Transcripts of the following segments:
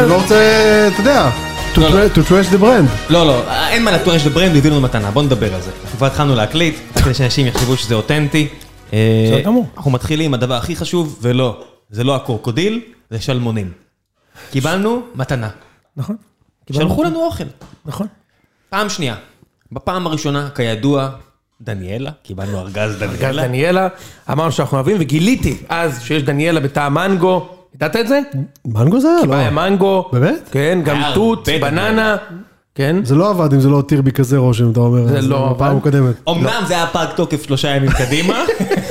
לא רוצה, אתה יודע, to trash the brand. לא, אין מה לטרש the brand, הביאו לנו מתנה, בוא נדבר על זה. אנחנו כבר התחלנו להקליט, כדי שאנשים יחשבו שזה אותנטי. אנחנו מתחילים עם הדבר הכי חשוב, ולא, זה לא הקורקודיל, זה שלמונים. קיבלנו מתנה. נכון. שלחו לנו אוכל. נכון. פעם שנייה. בפעם הראשונה, כידוע, דניאלה, קיבלנו ארגז דניאלה. ארגז דניאלה, אמרנו שאנחנו אוהבים, וגיליתי אז שיש דניאלה בטעם מנגו. ידעת את זה? מנגו זה? כי היה מנגו. באמת? כן, גם תות, בננה. כן. זה לא עבד אם זה לא הותיר בי כזה רושם, אתה אומר. זה לא עבד. פעם מוקדמת. אמנם זה היה פג תוקף 3 ימים קדימה.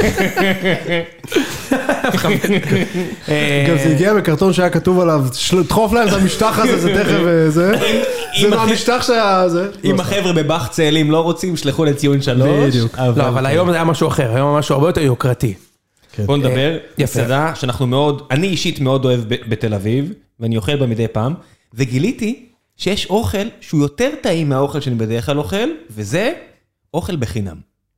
גם זה הגיע בקרטון שהיה כתוב עליו, דחוף להם את המשטח הזה, זה תכף זה. זה לא המשטח שהיה זה. אם החבר'ה בבח צאלים לא רוצים, שלחו לציון 3. בדיוק. לא, אבל היום זה היה משהו אחר, היום משהו הרבה יותר יוקרתי. בוא נדבר, מסעדה שאנחנו מאוד, אני אישית מאוד אוהב בתל אביב, ואני אוכל בה מדי פעם, וגיליתי שיש אוכל שהוא יותר טעים מהאוכל שאני בדרך כלל אוכל, וזה אוכל בחינם.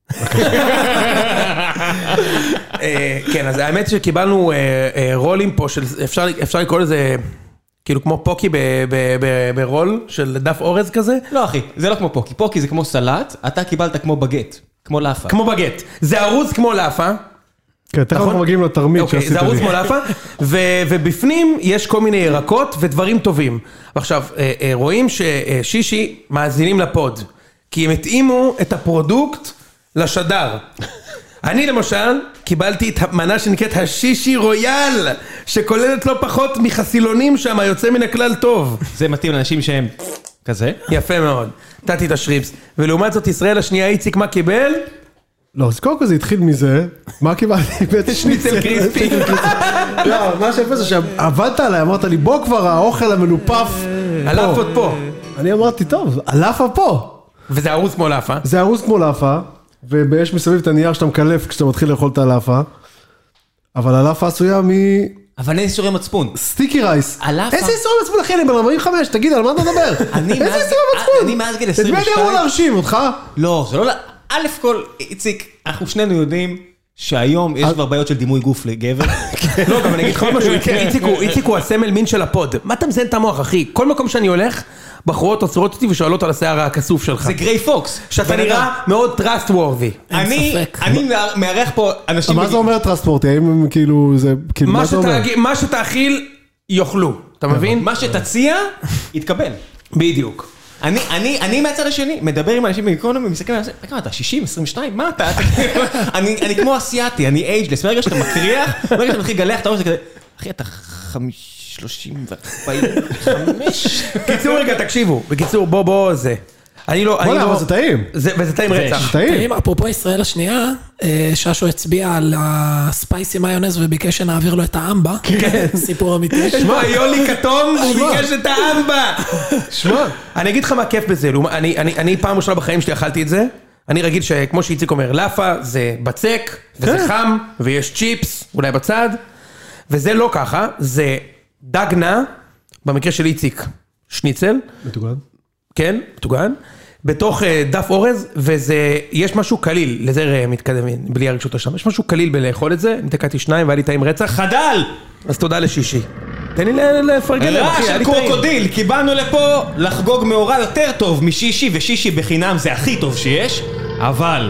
כן, אז האמת שקיבלנו רולים פה, אפשר לקרוא לזה כאילו כמו פוקי ברול של דף אורז כזה? לא אחי, זה לא כמו פוקי, פוקי זה כמו סלט, אתה קיבלת כמו בגט, כמו לאפה. כמו בגט, זה ארוז כמו לאפה. כן, תכף אנחנו מגיעים לתרמית שעשית לי. זה ארוז כמו לאפה, ובפנים יש כל מיני ירקות ודברים טובים. ועכשיו, רואים ששישי מאזינים לפוד, כי הם התאימו את הפרודוקט לשדר. אני למשל קיבלתי את המנה שנקראת השישי רויאל, שכוללת לא פחות מחסילונים שם, יוצא מן הכלל טוב. זה מתאים לאנשים שהם כזה. יפה מאוד, נתתי את השריפס. ולעומת זאת ישראל השנייה, איציק מה קיבל? לא, אז קודם כל זה התחיל מזה, מה קיבלתי? שניצל קריספי. לא, מה שיפה זה שעבדת עליי, אמרת לי בוא כבר האוכל המלופף. הלאפ עוד פה. אני אמרתי טוב, הלאפה פה. וזה ארוז כמו לאפה. זה ארוז כמו לאפה, ויש מסביב את הנייר שאתה מקלף כשאתה מתחיל לאכול את הלאפה, אבל הלאפה עשויה אבל אין איסורי מצפון. סטיקי רייס. הלאפה? איזה איסורי מצפון אחי, אני בן 45, תגיד, על מה אתה מדבר? איזה איסורי מצפון? אני מאז גיל את מי 22. אני אמור להרשים אותך? לא, זה לא... א' כל, איציק, אנחנו שנינו יודעים שהיום יש כבר בעיות של דימוי גוף לגבר. לא, גם אני אגיד לך עוד משהו, איציק הוא הסמל מין של הפוד. מה אתה מזיין את המוח, אחי? כל מקום שאני הולך, בחורות עוצרות אותי ושואלות על השיער הכסוף שלך. זה גריי פוקס. שאתה נראה מאוד trustworthy. אני מארח פה אנשים... מה זה אומר טרנספורטי? האם הם כאילו זה... מה שתאכיל, יאכלו. אתה מבין? מה שתציע, יתקבל. בדיוק. אני מהצד השני, מדבר עם אנשים באקונומי, מסתכל על זה, כמה אתה, 60, 22, מה אתה? אני כמו אסיאתי, אני אייג'לס, ברגע שאתה מקריח, ברגע שאתה מתחיל לגלח, אתה רואה שזה כזה, אחי, אתה 30 ו-45. קיצור רגע, תקשיבו, בקיצור, בוא זה. בוא אבל זה טעים. וזה טעים רצח. טעים. אפרופו ישראל השנייה, ששו הצביע על הספייסי מיונז וביקש שנעביר לו את האמבה. סיפור אמיתי. שמע, יולי כתום, הוא ביקש את האמבה. שמע, אני אגיד לך מה כיף בזה, אני פעם ראשונה בחיים שלי אכלתי את זה, אני רגיל שכמו שאיציק אומר, לאפה זה בצק, וזה חם, ויש צ'יפס, אולי בצד, וזה לא ככה, זה דגנה, במקרה של איציק, שניצל. מתוגן. כן, מתוגן, בתוך דף אורז, וזה, יש משהו קליל, לזה מתקדם, בלי הרגשות השם, יש משהו קליל בלאכול את זה, אני תקעתי 2 והיה לי טעים רצח. חדל! אז תודה לשישי. תן לי לפרגן להם, אחי, היה לי טעים. קורקודיל, קיבלנו לפה לחגוג מאורע יותר טוב משישי, ושישי בחינם זה הכי טוב שיש, אבל...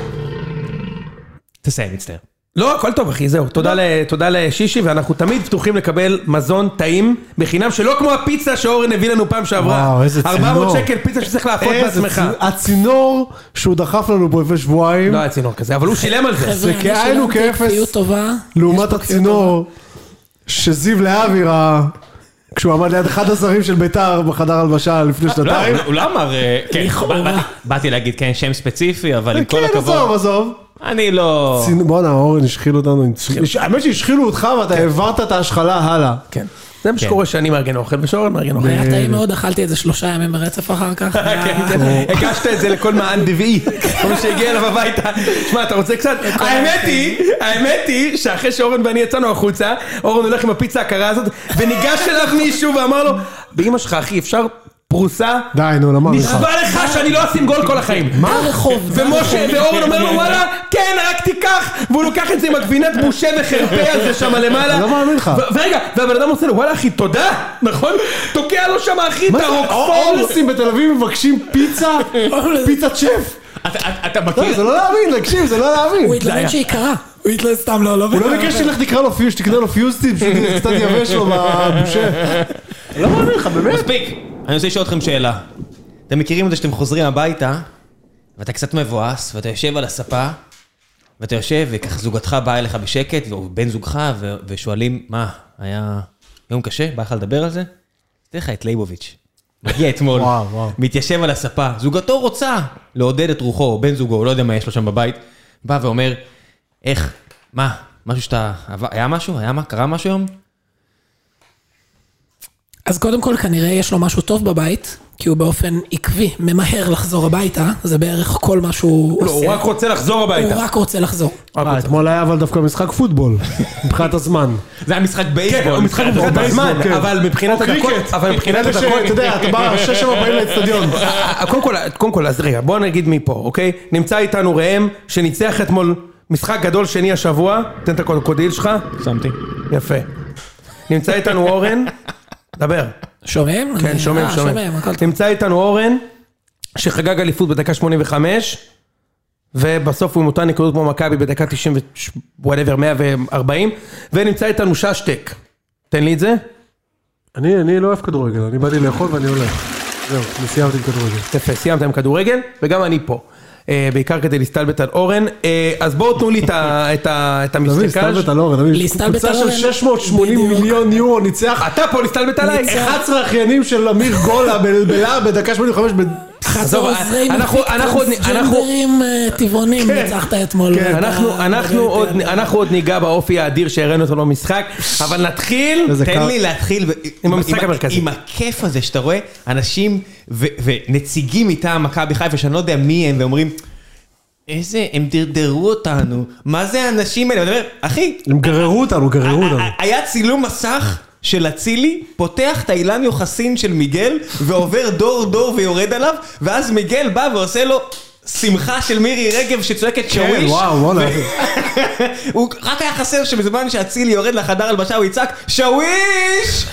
תסיים, מצטער. לא, הכל טוב אחי, זהו, תודה לשישי, ואנחנו תמיד פתוחים לקבל מזון טעים, בחינם שלא כמו הפיצה שאורן הביא לנו פעם שעברה. וואו, איזה צינור. 400 שקל פיצה שצריך להפות בעצמך. הצינור שהוא דחף לנו פה לפני שבועיים. לא היה צינור כזה, אבל הוא שילם על זה. זה כאיינו כאפס, לעומת הצינור שזיו להבי ראה, כשהוא עמד ליד אחד השרים של ביתר בחדר הלבשה לפני שנתיים. הוא לא אמר, כן, באתי להגיד כן שם ספציפי, אבל עם כל הכבוד. עזוב. אני לא... בוא'נה, אורן השחיל אותנו. האמת שהשחילו אותך ואתה העברת את ההשחלה הלאה. כן. זה מה שקורה שאני מארגן אוכל ושאורן מארגן אוכל. היה טעים מאוד, אכלתי את זה 3 ימים ברצף אחר כך. הקשת את זה לכל מען דביעי, כמו שהגיע אליו הביתה. שמע, אתה רוצה קצת? האמת היא שאחרי שאורן ואני יצאנו החוצה, אורן הולך עם הפיצה הקרה הזאת, וניגש אליו מישהו ואמר לו, באמא שלך אחי, אפשר פרוסה. די, נו, למה לך? נשבע לך שאני לא אשים גול כל החיים. מה רחוב? ומשה ואורן אומר לו וואלה, כן, רק תיקח. והוא לוקח את זה עם הגבינת בושה וחרפה הזה שם למעלה. לא מאמין לך. ורגע, והבן אדם עושה לו, וואלה אחי, תודה, נכון? תוקע לו שם אחי, את הרוקפור. אורלסים בתל אביב מבקשים פיצה, פיצת שף. אתה מכיר? זה לא להאמין, להקשיב, זה לא להאמין. הוא התלמד שהיא קרה. הוא התלמד סתם, לא. הוא לא ביקש שתלך תקרא לו פיוז, שתקנה לו פיוזטים, שקצת יבש לו בבושה. לא מאמין לך, באמת. מספיק. אני רוצה לשאול אתכם שאלה. אתם מכירים את זה שאתם חוזרים הביתה, ואתה קצת מבואס, ואתה יושב על הספה, ואתה יושב, וכך זוגתך באה אליך בשקט, או בן זוגך, ושואלים, מה, היה יום קשה? בא לך לדבר על זה? תראה לך את לייבוביץ'. מגיע אתמול, מתיישב על הספה, זוגתו רוצה לעודד את רוחו, בן זוגו, לא יודע מה יש לו שם בבית, בא ואומר, איך, מה, משהו שאתה, היה משהו? קרה משהו היום? אז קודם כל כנראה יש לו משהו טוב בבית, כי הוא באופן עקבי ממהר לחזור הביתה, זה בערך כל מה שהוא עושה. הוא רק רוצה לחזור הביתה. הוא רק רוצה לחזור. אתמול היה אבל דווקא משחק פוטבול, מבחינת הזמן. זה היה משחק בייסבול. כן, הוא משחק מבחינת הזמן, אבל מבחינת הדקות, אתה יודע, אתה בא 6-7 פעמים לאצטדיון. קודם כל, אז רגע, בוא נגיד מפה, אוקיי? נמצא איתנו ראם, שניצח אתמול משחק גדול שני השבוע, תן את הקודקודיל שלך. שמתי. יפה. נמצא איתנו אורן, דבר. שומעים? כן, שומעים. נמצא איתנו אורן, שחגג אליפות בדקה 85, ובסוף הוא עם אותה נקודות כמו מכבי בדקה 90 ו-whatever, 140, ונמצא איתנו ששטק. תן לי את זה. אני לא אוהב כדורגל, אני באתי לאכול ואני הולך. זהו, אני סיימתי עם כדורגל. יפה, סיימת עם כדורגל, וגם אני פה. בעיקר כדי להסתלבט על אורן. אז בואו תנו לי את המשחקה. להסתלבט על אורן. להסתלבט על קבוצה אורן. של 680 מיליון יורו ניצח. אתה פה להסתלבט עליי? 11 אחיינים של אמיר גולה בלבלה בדקה 85. חזור עוזרי מפיק טרנסג'נדרים טבעונים, ניצחת אתמול. אנחנו עוד ניגע באופי האדיר שהראינו אותו במשחק, אבל נתחיל. תן לי להתחיל עם המשחק המרכזי. עם הכיף הזה שאתה רואה אנשים ונציגים מטעם מכבי חיפה שאני לא יודע מי הם ואומרים איזה, הם דרדרו אותנו, מה זה האנשים האלה? ואתה אומר, אחי, הם גררו אותנו. היה צילום מסך של אצילי, פותח את האילן יוחסין של מיגל, ועובר דור ויורד עליו, ואז מיגל בא ועושה לו שמחה של מירי רגב שצועקת שוויש. כן, וואו. הוא רק היה חסר שבזמן שאצילי יורד לחדר הלבשה, הוא יצעק, שוויש!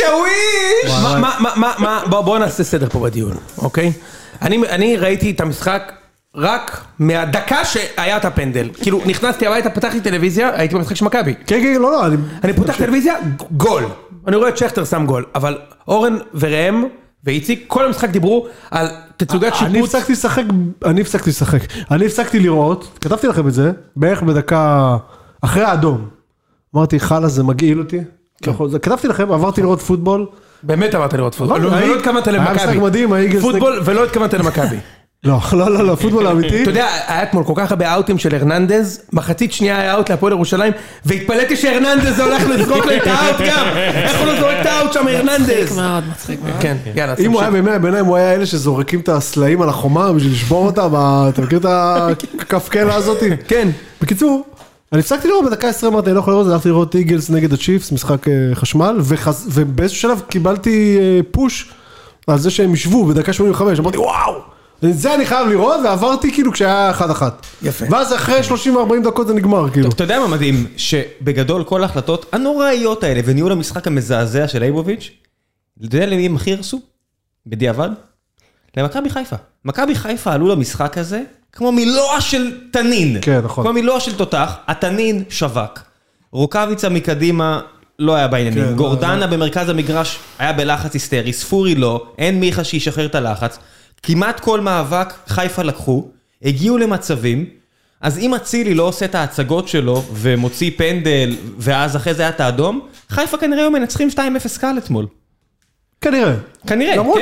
בואו נעשה סדר פה בדיון, אוקיי? אני ראיתי את המשחק רק מהדקה שהיה את הפנדל. כאילו, נכנסתי הביתה, פתחתי טלוויזיה, הייתי במשחק של מכבי. כן, לא. אני פותח טלוויזיה, גול. אני רואה את שכטר שם גול. אבל אורן וראם ואיציק, כל המשחק דיברו על תצוגת שיפוט. אני הפסקתי לשחק. אני הפסקתי לראות, כתבתי לכם את זה, בערך בדקה אחרי האדום. אמרתי, חלה, זה מגעיל אותי. כתבתי לכם, עברתי לראות פוטבול. באמת עברת לראות פוטבול. ולא התכוונת היה משחק מדהים, פוטבול ולא התכוונת למכבי. לא, פוטבול האמיתי. אתה יודע, היה אתמול כל כך הרבה אאוטים של הרננדז, מחצית שנייה היה אאוט להפועל ירושלים, והתפלאתי שהרננדז הולך לזרוק לו את האאוט גם. איך הוא לא זורק את האאוט שם, הרננדז? מצחיק מאוד. כן, יאללה. אם הוא היה בימי הביניים, הוא היה אלה שזורקים את הסלעים על החומה בשביל לשבור אותה, אתה מכיר את הכפקלה הזאת? כן. בקיצור, אני הפסקתי לראות בדקה 20, אמרתי, אני לא יכול לראות, הלכתי לראות איגלס נגד הצ'יפס, משחק חשמל, ובאיזשהו שלב קיבלתי פוש על זה שהם ישבו בדקה 85, אמרתי, וואו! זה אני חייב לראות, ועברתי כאילו כשהיה 1-1. יפה. ואז אחרי 30-40 דקות זה נגמר, כאילו. אתה יודע מה מדהים? שבגדול כל ההחלטות הנוראיות האלה, וניהול המשחק המזעזע של לייבוביץ', אתה יודע למי הם הכי הרסו? בדיעבד? למכבי חיפה. מכבי חיפה עלו למשחק הזה, כמו מילואה של תנין. כן, נכון. כמו מילואה של תותח, התנין שווק. רוקביצה מקדימה לא היה בעניינים. כן, גורדנה במרכז המגרש היה בלחץ היסטרי, ספורי לא, אין מיכה שישחרר את הלחץ. כמעט כל מאבק חיפה לקחו, הגיעו למצבים, אז אם אצילי לא עושה את ההצגות שלו, ומוציא פנדל, ואז אחרי זה היה את האדום, חיפה כנראה הם מנצחים 2-0 קל אתמול. כנראה. למרות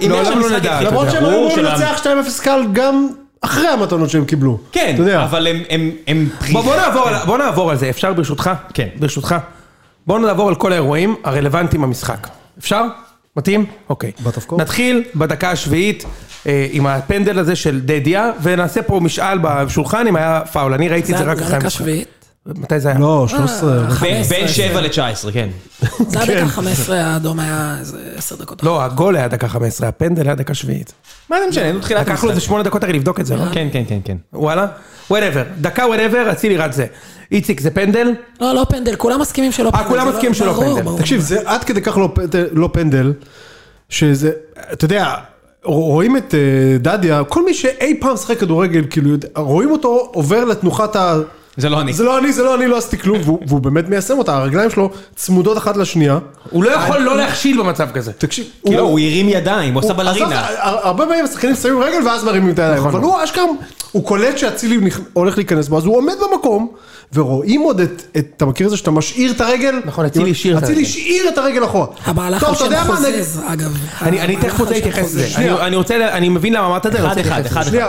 שהם היו לנצח 2-0 קל גם אחרי המתנות שהם קיבלו. כן, אבל הם... בוא נעבור על זה, אפשר ברשותך? כן. ברשותך. בוא נעבור על כל האירועים הרלוונטיים במשחק. אפשר? מתאים? אוקיי. נתחיל בדקה השביעית עם הפנדל הזה של דדיה, ונעשה פה משאל בשולחן אם היה פאול. אני ראיתי את זה רק אחרי המשחק. מתי זה היה? לא, 13. בין 7 ל-19, כן. זה היה דקה 15, האדום היה איזה 10 דקות. לא, הגול היה דקה 15, הפנדל היה דקה 7. מה זה משנה, נו תחילת לקח לו איזה 8 דקות הרי לבדוק את זה, לא? כן, כן, כן, כן. וואלה? whatever, דקה whatever, אצילי רץ זה. איציק, זה פנדל? לא, לא פנדל, כולם מסכימים שלא פנדל. כולם מסכימים שלא ברור, פנדל. ברור. תקשיב, זה עד כדי כך לא פנדל, שזה, אתה יודע, רואים את דדיה, כל מי שאי פעם שחק כדורגל, כאילו, רואים אותו עובר לתנוחת ה... זה לא אני. זה לא אני, לא עשיתי כלום, והוא באמת מיישם אותה, הרגליים שלו צמודות אחת לשנייה. הוא לא יכול לא להכשיל במצב כזה. תקשיב, כאילו, הוא הרים ידיים, הוא עושה בלרינה. הרבה פעמים השחקנים שמים רגל ואז מרימים את הידיים, אבל הוא אשכרה, הוא קולט שאצילי הולך להיכנס בו, אז הוא עומד במקום, ורואים עוד אתה מכיר את זה שאתה משאיר את הרגל? נכון, אצילי השאיר את הרגל. אצילי השאיר את הרגל אחורה. המהלך על שם חוזז, אגב. אני תכף רוצה להתייחס לזה. אני מבין למה אמרת את זה. אחד. שנייה,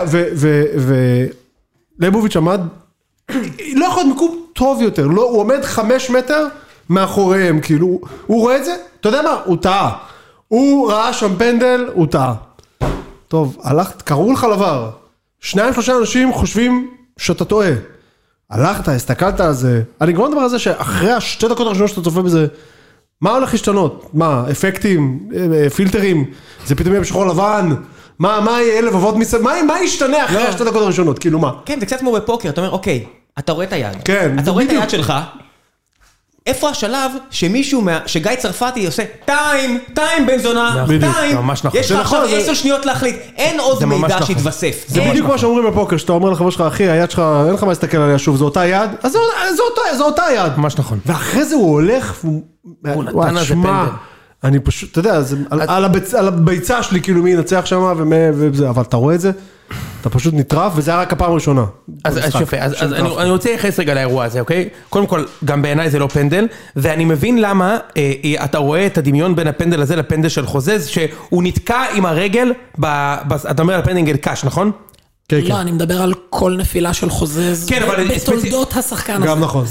ולייבוביץ' עמד, לא יכול להיות מיקום טוב יותר, הוא עומד 5 מטר מאחוריהם, כאילו, הוא רואה את זה, אתה יודע מה? הוא טעה. הוא ראה שם פנדל, הוא טעה. טוב, קראו לך לבר. 2-3 אנשים חושבים שאתה טועה. הלכת, הסתכלת על זה. אני כבר מדבר על זה שאחרי 2 דקות הראשונות שאתה צופה בזה, מה הולך להשתנות? מה, אפקטים, פילטרים, זה פתאום יהיה בשחור לבן, מה יהיה לבבות מסביב, מה ישתנה אחרי 2 דקות הראשונות, כאילו מה? כן, זה קצת כמו בפוקר, אתה אומר, אוקיי, אתה רואה את היד. כן, אתה רואה את היד שלך, איפה השלב שמישהו, שגיא צרפתי עושה, טיים בן זונה, טיים, ממש נכון. יש לך עכשיו 10 שניות להחליט, אין עוד מידע שהתווסף. זה בדיוק מה שאומרים בפוקר, שאתה אומר לחבר שלך, אחי, היד שלך, אין לך מה להסתכל עליה שוב, זו אותה יד, אז זו אותה יד. ממש נכון. ואחרי זה הוא הולך, הוא נתן על זה פנדל. אני פשוט, אתה יודע, על הביצה שלי, כאילו מי ינצח שם, וזה, אבל אתה רואה את זה, אתה פשוט נטרף, וזה היה רק הפעם הראשונה. אז יפה, אז אני רוצה להיכנס רגע לאירוע הזה, אוקיי? קודם כל, גם בעיניי זה לא פנדל, ואני מבין למה אתה רואה את הדמיון בין הפנדל הזה לפנדל של חוזז, שהוא נתקע עם הרגל, אתה אומר על פנדל קש, נכון? לא, אני מדבר על כל נפילה של חוזז, בתולדות השחקן הזה. גם נכון.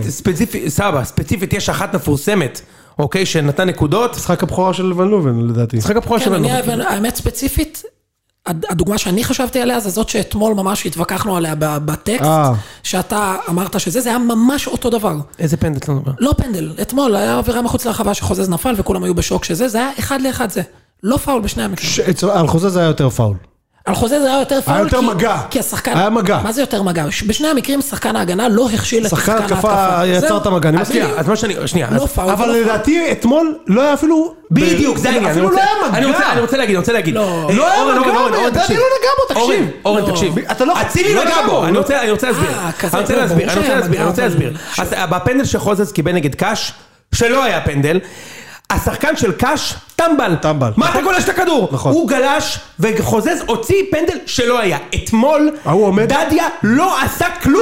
ספציפית יש אחת מפורסמת, אוקיי, שנתן נקודות. משחק הבכורה של ון לובן, לדעתי. משחק הבכורה של ון לובן. האמת ספציפית, הדוגמה שאני חשבתי עליה, זה זאת שאתמול ממש התווכחנו עליה בטקסט, שאתה אמרת שזה, זה היה ממש אותו דבר. איזה פנדל אתה מדבר? לא פנדל, אתמול היה עבירה מחוץ לרחבה שחוזז נפל, וכולם היו בשוק שזה, זה היה 1-1 זה. לא פאול בשני המקרים. על חוזז זה היה יותר פאול. על חוזה זה היה יותר פאול, היה יותר מגע. כי השחקן... היה מגע. מה זה יותר מגע? בשני המקרים שחקן ההגנה לא הכשיל את שחקן ההתקפה. שחקן ההתקפה יצר את המגע, אני מסכים. אז מה שאני... שנייה. לא פאול. אבל לדעתי אתמול לא היה אפילו... בדיוק, זה העניין. אפילו לא היה מגע. אני רוצה להגיד. לא היה מגע, דני לא נגע בו, תקשיב. אורן, תקשיב. אצילי נגע בו. אני רוצה להסביר. אז בפנדל שחוזז קיבל נגד קש, שלא היה פנדל, השחקן של קש, טמבל. מה אתה גולש את הכדור? נכון. הוא גלש וחוזז, הוציא פנדל שלא היה. אתמול, דדיה לא עשה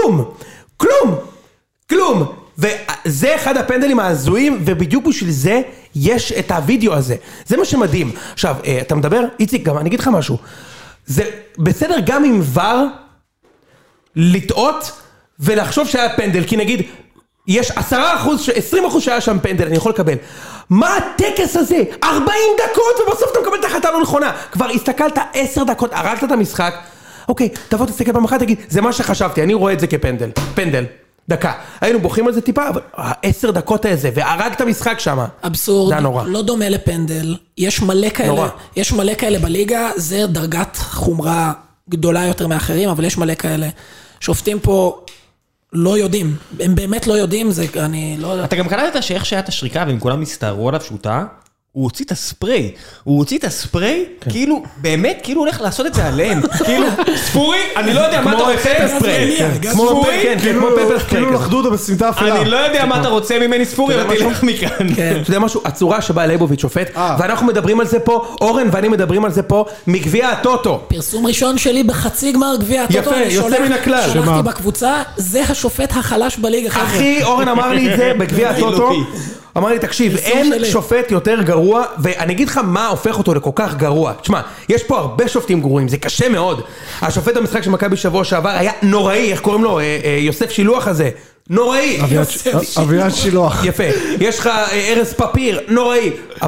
כלום. וזה אחד הפנדלים ההזויים, ובדיוק בשביל זה יש את הוידאו הזה. זה מה שמדהים. עכשיו, אתה מדבר, איציק, גם אני אגיד לך משהו. זה בסדר גם עם ור, לטעות ולחשוב שהיה פנדל, כי נגיד, יש 10%, 20% שהיה שם פנדל, אני יכול לקבל. מה הטקס הזה? 40 דקות ובסוף אתה מקבל את ההחלטה לא נכונה. כבר הסתכלת 10 דקות, הרגת את המשחק. אוקיי, תבוא תסתכל פעם אחת, תגיד, זה מה שחשבתי, אני רואה את זה כפנדל. פנדל. דקה. היינו בוכים על זה טיפה, אבל 10 דקות הזה, והרגת המשחק שם. אבסורד, לא דומה לפנדל. יש מלא כאלה בליגה, זה דרגת חומרה גדולה יותר מאחרים, אבל יש מלא כאלה. שופטים פה... לא יודעים, הם באמת לא יודעים, זה אני לא... אתה גם קלטת שאיך שהיה את השריקה והם כולם הסתערו עליו שהוא טעה? הוא הוציא את הספרי, כאילו, באמת, כאילו הוא הולך לעשות את זה עליהם. כאילו, ספורי, אני לא יודע מה אתה רוצה, ספרי. ספורי, כמו פפר ספרי. כאילו לחדו אותו בסמטה אפלה. אני לא יודע מה אתה רוצה ממני ספורי, אבל תלך מכאן. אתה יודע משהו, הצורה שבה לייבוביץ' שופט, ואנחנו מדברים על זה פה, אורן ואני מדברים על זה פה, מגביע הטוטו. פרסום ראשון שלי בחצי גמר גביע הטוטו. יפה, יוצא מן הכלל. שלחתי בקבוצה, זה השופט החלש בליגה. אחי, אורן אמר לי את זה בגביע הטוטו. אמר לי, תקשיב, אין שופט יותר גרוע, ואני אגיד לך מה הופך אותו לכל כך גרוע. תשמע, יש פה הרבה שופטים גרועים, זה קשה מאוד. השופט במשחק של מכבי בשבוע שעבר היה נוראי, איך קוראים לו? יוסף שילוח הזה. נוראי. אביעד שילוח. יפה. יש לך ארז פפיר, נוראי. אבל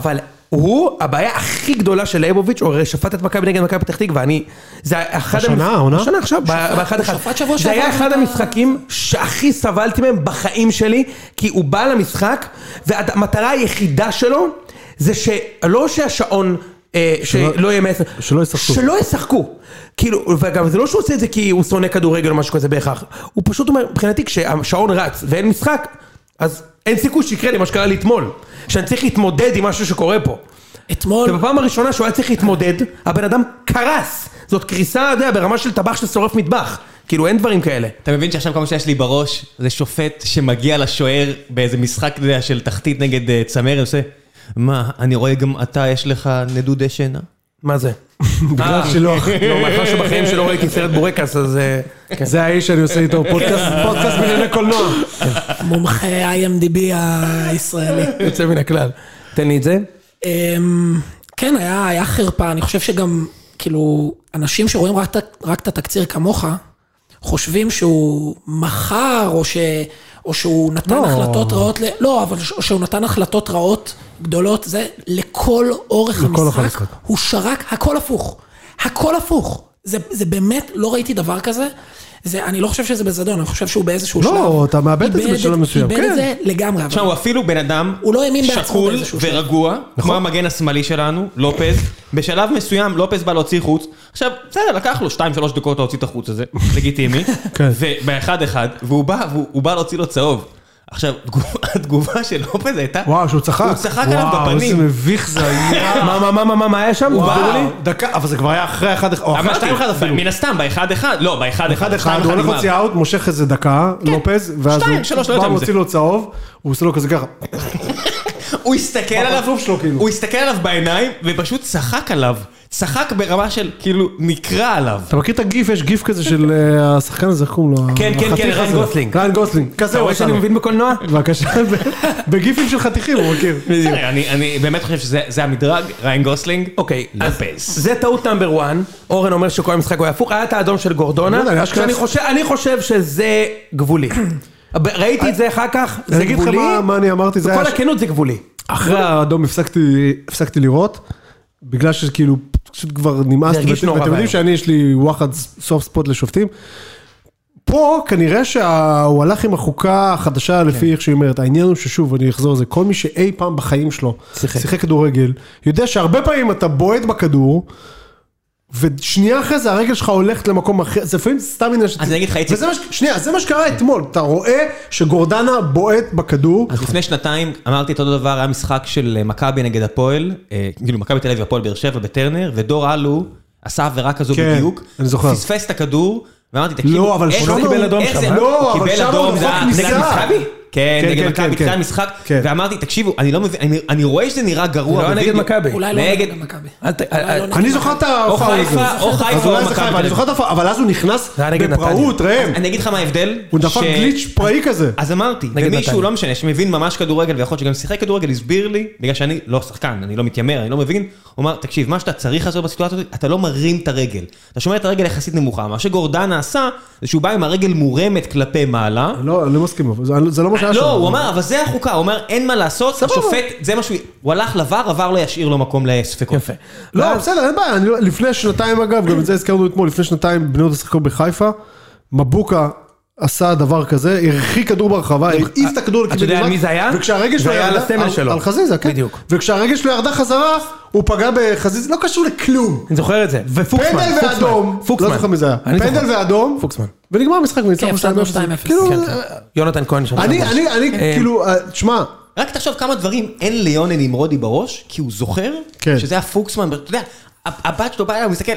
הוא הבעיה הכי גדולה של ליבוביץ', הוא שפט את מכבי נגד מכבי פתח תקווה, זה אחד השנה עכשיו, זה היה אחד המשחקים שהכי סבלתי מהם בחיים שלי, כי הוא בא לממשחק, והמטרה היחידה שלו, זה שלא שהשעון, שלא יהיה מעשר, שלא ישחקו, כאילו, וגם זה לא שהוא עושה את זה כי הוא שונא כדורגל או משהו כזה בהכרח, הוא פשוט אומר, מבחינתי כשהשעון רץ ואין משחק, אז אין סיכוי שיקרה לי מה שקרה לי אתמול, שאני צריך להתמודד עם משהו שקורה פה. אתמול... ובפעם הראשונה שהוא היה צריך להתמודד, הבן אדם קרס. זאת קריסה, ברמה של טבח ששורף מטבח. כאילו אין דברים כאלה. אתה מבין שעכשיו כל מה שיש לי בראש, זה שופט שמגיע לשוער באיזה משחק של תחתית נגד צמר, עושה, מה, אני רואה גם אתה, יש לך נדוד שינה? מה זה? בגלל שלא... לא, מאחר שבחיים שלא ראיתי סרט בורקס, אז... זה האיש שאני עושה איתו פודקאסט בענייני קולנוע. מומחה IMDb הישראלי. יוצא מן הכלל. תן לי את זה. כן, היה חרפה, אני חושב שגם, כאילו, אנשים שרואים רק את התקציר כמוך, חושבים שהוא מחר, או שהוא נתן החלטות רעות, לא, אבל שהוא נתן החלטות רעות גדולות, זה לכל אורך המשחק, הוא שרק, הכל הפוך, זה באמת, לא ראיתי דבר כזה, אני לא חושב שזה בזדון, אני חושב שהוא באיזשהו שלב. לא, אתה מאבד את זה בשלב מסוים. איבד את זה לגמרי. עכשיו, הוא אפילו בן אדם שקול ורגוע, כמו המגן השמאלי שלנו, לופז. בשלב מסוים, לופז בא להוציא חוץ. עכשיו, בסדר, לקח לו 2-3 דקות להוציא את החוץ הזה, לגיטימי. ובאחד, והוא בא להוציא לו צהוב. עכשיו, התגובה של לופז הייתה... וואו, שהוא צחק. הוא צחק עליו בפנים. וואו, איזה מביך זה היה. מה היה שם? דקה, אבל זה כבר היה אחרי 1-1, או אחרי 2-1 אפילו. מן הסתם, ב-1-1, לא, ב-1-1. הוא הולך להוציא אאוט, מושך איזה דקה, לופז, ואז הוא בא מוציא לו צהוב, הוא עושה לו כזה ככה. הוא הסתכל עליו בעיניים, ופשוט צחק עליו. צחק ברמה של, כאילו, נקרא עליו. אתה מכיר את הגיף? יש גיף כזה של השחקן הזה, איך קוראים לו? כן, ריין גוסלינג. ריין גוסלינג. אתה רואה שאני מבין בקולנוע? בבקשה, בגיפים של חתיכים, הוא מכיר. אני באמת חושב שזה המדרג, ריין גוסלינג. אוקיי, זה טעות נאמבר 1. אורן אומר שכל המשחק הוא הפוך. היה את האדום של גורדונה. אני חושב שזה גבולי. ראיתי את זה אחר כך, זה גבולי. אני אגיד לך מה אני אמרתי, בכל הכנות זה גבולי. אחרי האדום הפסקתי לראות, בגלל שכאילו פשוט כבר נמאסתי, ואתם יודעים שאני יש לי וואחד סוף ספוט לשופטים, פה כנראה שהוא הלך עם החוקה החדשה לפי איך שהיא אומרת, העניין הוא ששוב, אני אחזור לזה, כל מי שאי פעם בחיים שלו שיחק כדורגל, יודע שהרבה פעמים אתה בועט בכדור, ושנייה אחרי זה הרגל שלך הולכת למקום אחר, זה לפעמים סתם עניין אז אני אגיד לך איציק. שנייה, זה מה שקרה אתמול, אתה רואה שגורדנה בועט בכדור. אז לפני שנתיים אמרתי את אותו דבר, היה משחק של מכבי נגד הפועל, כאילו מכבי תל אביב הפועל באר שבע בטרנר, ודור אלו עשה עבירה כזו בדיוק, פספס את הכדור, ואמרתי תקשיבו, לא, אבל שם הוא קיבל אדום שם, לא, אבל שם הוא נגד מכבי. כן, נגד מכבי, תחילה משחק, ואמרתי, תקשיבו, אני לא מבין, אני רואה שזה נראה גרוע. לא נגד מכבי. אולי לא נגד מכבי. אני זוכר את ההופעה הזאת. או חיפה או מכבי. אני זוכר את ההופעה, אבל אז הוא נכנס בפראות, ראם. אני אגיד לך מה ההבדל. הוא דפק גליץ' פראי כזה. אז אמרתי, ומישהו לא משנה, שמבין ממש כדורגל, ויכול להיות שגם שיחק כדורגל, הסביר לי, בגלל שאני לא שחקן, אני לא מתיימר, אני לא מבין, הוא אמר, תקשיב, מה שאתה צריך לעשות בסיטואציה הזאת, אתה לא מרים את הרגל. אתה שומע את הרגל יחסית נמוכה. מה שגורדנה עשה, זה שהוא בא עם הרגל מורמת כלפי מעלה. לא, אני לא מסכים, זה לא מה שהיה שם. לא, הוא אמר, אבל זה החוקה, הוא אומר, אין מה לעשות, השופט, זה משהו, הוא הלך לבר, עבר לא ישאיר לו מקום לספקות. יפה. לא, בסדר, אין בעיה, לפני שנתיים אגב, גם את זה הזכרנו אתמול, לפני שנתיים בני יהודה שיחקו בחיפה, מבוקה עשה דבר כזה, הרחיק כדור ברחבה, הרעיף את הכדור אתה יודע מי זה היה? וכשהרגל שלו ירדה, על חזיזה, כן. בדיוק. וכשהרגל שלו ירדה חזרה, הוא פגע בחזיזה, לא קשור לכלום. אני זוכר את זה. ופוקסמן. פנדל ואדום, לא זוכר מי זה היה. פנדל ואדום, פוקסמן. ונגמר המשחק, וניצחנו 2-0. יונתן כהן שם. אני כאילו, תשמע, רק תחשוב כמה דברים אין ליוני נמרודי בראש, כי הוא זוכר שזה היה פוקסמן, אתה יודע, הבת שלו באה אליו, הוא מסתכל,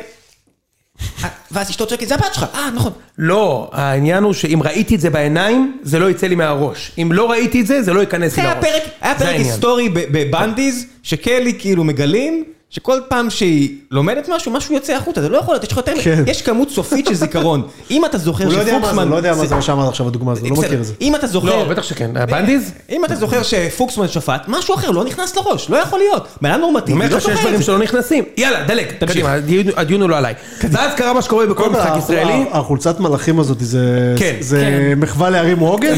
ואז אשתו צועקת, זה הבת שלך, נכון. לא, העניין הוא שאם ראיתי את זה בעיניים, זה לא יצא לי מהראש. אם לא ראיתי את זה, זה לא ייכנס לי לראש. היה פרק היסטורי בבנדיז, שקלי כאילו מגלים, שכל פעם שהיא לומדת משהו, משהו יוצא החוצה, זה לא יכול להיות, יש לך יותר, יש כמות סופית של זיכרון. אם אתה זוכר שפוקסמן... הוא לא יודע מה זה מה שאמרת עכשיו הדוגמה הזו, הוא לא מכיר את זה. אם אתה זוכר... לא, בטח שכן, הבנדיז? אם אתה זוכר שפוקסמן שפט, משהו אחר לא נכנס לראש, לא יכול להיות. בן אדם נורמטיבי, אומר לך שיש דברים שלא נכנסים. יאללה, דלג, קדימה, הדיון הוא לא עליי. ואז קרה מה שקורה בכל משחק ישראלי. החולצת מלאכים הזאת, זה מחווה להרים רוגן?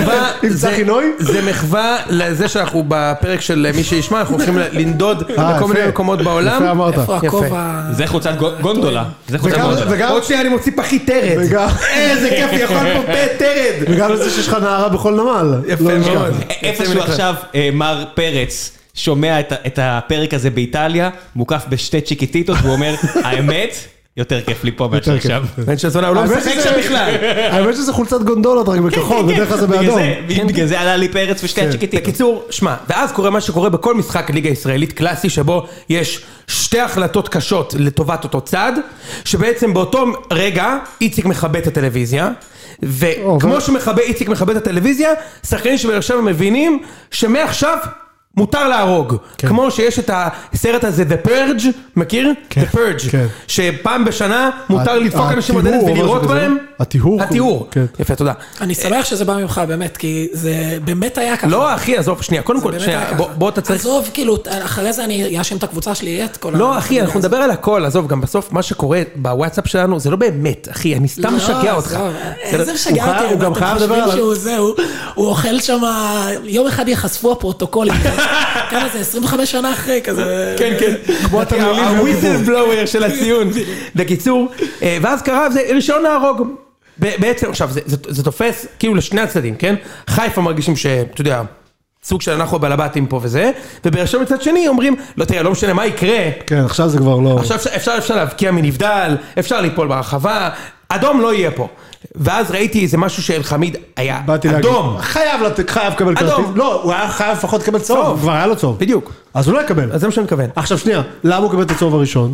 זה מחווה לזה שאנחנו בפרק של מי שישמע, אנחנו הולכים לנדוד בכל מיני מקומות בעולם. יפה אמרת. איפה הכובע? זה חולצת גונדולה. עוד שנייה אני מוציא פחית תרד. איזה כיף, יכול פה פה תרד. וגם לזה שיש לך נערה בכל נמל. יפה מאוד. איפשהו עכשיו מר פרץ שומע את הפרק הזה באיטליה, מוקף בשתי צ'יקיטיטות, והוא אומר, האמת, יותר כיף לי פה מאשר שם. בן של זונה, הוא לא משחק שם בכלל. האמת שזה חולצת גונדולות רק בכחול, בדרך כלל זה באדום. בגלל זה עלה לי פרץ ושתי הצ'יקיטיטות. בקיצור, שמע, ואז קורה מה שקורה בכל משחק ליגה ישראלית קלאסי, שבו יש שתי החלטות קשות לטובת אותו צד, שבעצם באותו רגע איציק מכבה את הטלוויזיה, וכמו איציק מכבה את הטלוויזיה, שחקנים שבאר מבינים שמעכשיו מותר להרוג, כמו שיש את הסרט הזה, The Purge, מכיר? The Purge, שפעם בשנה מותר לדפוק אנשים בדלת ולירות בהם. הטיהור. יפה, תודה. אני שמח שזה בא ממך באמת, כי זה באמת היה ככה. לא, אחי, עזוב, שנייה, קודם כל, בוא תצריך. עזוב, כאילו, אחרי זה אני אאשים את הקבוצה שלי, את כל... לא, אחי, אנחנו נדבר על הכל, עזוב, גם בסוף מה שקורה בוואטסאפ שלנו, זה לא באמת, אחי, אני סתם משגע אותך. איזה משגע אותי, הוא גם חייב לדבר עליו. הוא אוכל שם, יום אחד יחשפו הפרוטוקולים. כמה זה, 25 שנה אחרי, כזה... כן, כן. כמו הוויסל בלואוור של הציון. בקיצור, ואז קרה, זה ראשון להרוג. בעצם, עכשיו, זה תופס כאילו לשני הצדדים, כן? חיפה מרגישים שאתה יודע, סוג של אנחנו בלבטים פה וזה, ובאר שבע מצד שני אומרים, לא תראה, לא משנה מה יקרה. כן, עכשיו זה כבר לא... עכשיו אפשר להבקיע מנבדל, אפשר ליפול ברחבה, אדום לא יהיה פה. ואז ראיתי איזה משהו של חמיד היה אדום. חייב לקבל כרטיס. לא, הוא היה חייב לפחות לקבל צהוב. כבר היה לו צהוב. בדיוק. אז הוא לא יקבל. אז זה מה שאני מתכוון. עכשיו שנייה, למה הוא קיבל את הצהוב הראשון?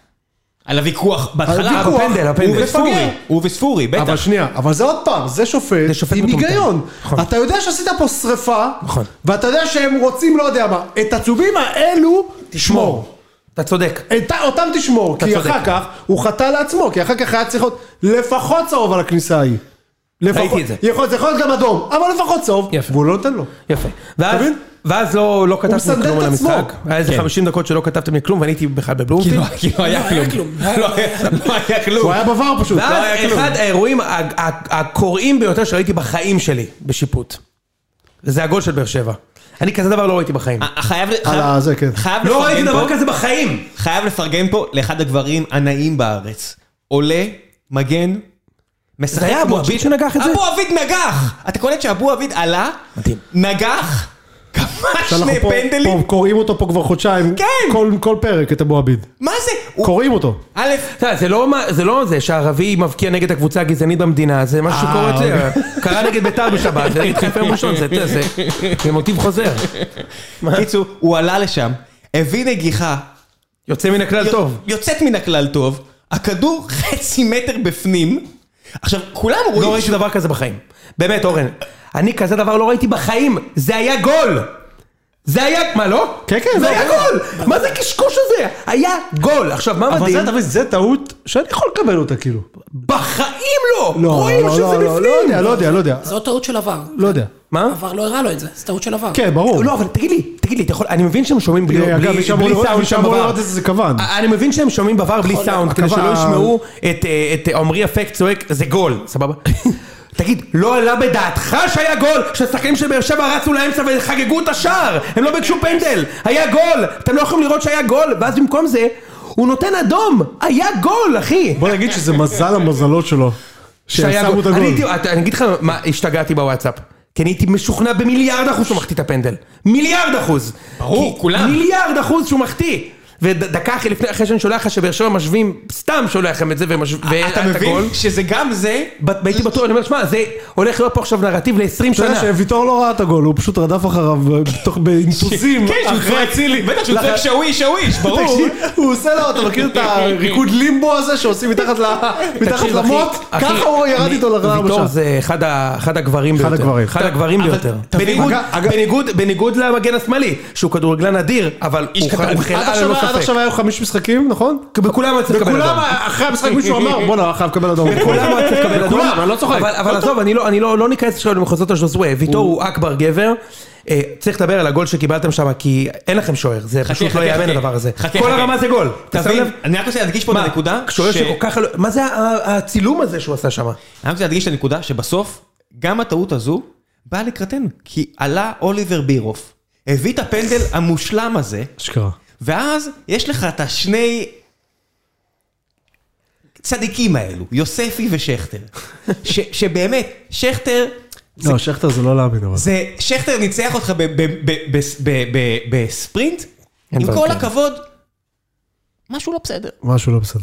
על הוויכוח, בהתחלה, הפנדל. הוא וספורי, בטח. אבל שנייה, אבל זה עוד פעם, זה שופט עם היגיון. אתה יודע שעשית פה שריפה, ואתה יודע שהם רוצים, לא יודע מה, את הצהובים האלו תשמור. אתה צודק. אותם תשמור, כי אחר כך הוא חטא לעצמו, כי אחר כך היה צריך להיות לפחות צהוב על הכניסה ההיא. ראיתי את זה. יכול להיות גם אדום, אבל לפחות צהוב, והוא לא נותן לו. יפה. ואז לא כתבתם כלום על המשחק. היה איזה 50 דקות שלא כתבתם לי כלום, ואני הייתי בכלל בבלומפילד. כי לא היה כלום. לא היה כלום. הוא היה בבר פשוט. ואז אחד האירועים הקוראים ביותר שראיתי בחיים שלי בשיפוט. וזה הגול של באר שבע. אני כזה דבר לא ראיתי בחיים. לא ראיתי דבר כזה בחיים. חייב לפרגן פה לאחד הגברים הנאים בארץ. עולה, מגן, זה היה אבו עביד שנגח את זה? אבו עביד נגח! אתה קולט שאבו עביד עלה, נגח, כמה שני פנדלים. קוראים אותו פה כבר חודשיים, כל פרק את אבו עביד. מה זה? קוראים אותו. זה לא זה שהערבי מבקיע נגד הקבוצה הגזענית במדינה, זה משהו שקורה אצלנו. קרה נגד בית"ר בשבת, זה נגד חיפה ראשון, זה מוטיב חוזר. קיצור, הוא עלה לשם, הביא נגיחה. יוצא מן הכלל טוב. יוצאת מן הכלל טוב, הכדור חצי מטר בפנים, עכשיו, כולם רואים... לא ראיתי דבר כזה בחיים. באמת, אורן. אני כזה דבר לא ראיתי בחיים. זה היה גול. זה היה... מה, לא? כן, כן. זה היה גול. מה זה קשקוש הזה? היה גול. עכשיו, מה מדהים? אבל זה טעות שאני יכול לקבל אותה, כאילו. בחיים לא. לא, רואים שזה בפנים. לא יודע. זו טעות של עבר. לא יודע. מה? עבר לא הראה לו את זה. זה טעות של עבר. כן, ברור. לא, אבל תגיד לי, אני מבין שהם שומעים בלי סאונד שם בבר. אני מבין שהם שומעים בבר בלי סאונד, כדי שלא ישמעו את עומרי אפק צועק, זה גול, סבבה? תגיד, לא עלה בדעתך שהיה גול, שהשחקנים של באר שבע רצו לאמצע וחגגו את השער, הם לא ביקשו פנדל, היה גול, אתם לא יכולים לראות שהיה גול, ואז במקום זה, הוא נותן אדום, היה גול, אחי. בוא נגיד שזה מזל המזלות שלו, ששמו את הגול. אני אגיד לך מה, השתגעתי בוואטסאפ. כי אני הייתי משוכנע ב1,000,000,000% שהוא מחטיא את הפנדל. 1,000,000,000%. ברור, כולם. 1,000,000,000% שהוא מחטיא. ודקה אחרי שאני שולח לך שבאר שבע משווים, סתם שולח לכם את זה אתה מבין שזה גם זה? הייתי בטוח, אני אומר, שמע, זה הולך להיות פה עכשיו נרטיב ל-20 שנה. אתה יודע שוויטור לא ראה את הגול, הוא פשוט רדף אחריו באינטוזים. כן, שהוא צועק צילי, בטח שהוא צועק שוויש, ברור. הוא עושה לו, אתה מכיר את הריקוד לימבו הזה שעושים מתחת למות? ככה הוא ירד איתו לרעה בשעה. ויטור זה אחד הגברים ביותר. אחד הגברים ביותר. בניגוד למגן השמאלי, שהוא כדורגלן אדיר, אבל הוא חלאה ללא ספק. עד עכשיו היו 5 משחקים, נכון? בכולם היה צריך לקבל אדום. בכולם, אחרי המשחק מישהו אמר, בוא'נה, חייב לקבל אדום. בכולם היה צריך לקבל אדום. אני לא צוחק. אבל עזוב, אני לא ניכנס עכשיו למחוזות הז'וזווה, ויטו הוא אכבר גבר. צריך לדבר על הגול שקיבלתם שם, כי אין לכם שוער, זה פשוט לא יאמן הדבר הזה. כל הרמה זה גול. אני רק רוצה להדגיש פה את הנקודה. שוער שכל כך... מה זה הצילום הזה שהוא עשה שם? אני רק רוצה להדגיש את הנקודה שבסוף, גם הטעות הזו באה לקראתנו. כי עלה אוליבר בירוף, הביא את הפנדל המושלם הזה, שקרה. ואז יש לך את השני צדיקים האלו, יוספי ושכטר. שבאמת, שכטר... לא, שכטר זה לא להאמין, אבל. שכטר ניצח אותך בספרינט, עם כל הכבוד, משהו לא בסדר. משהו לא בסדר.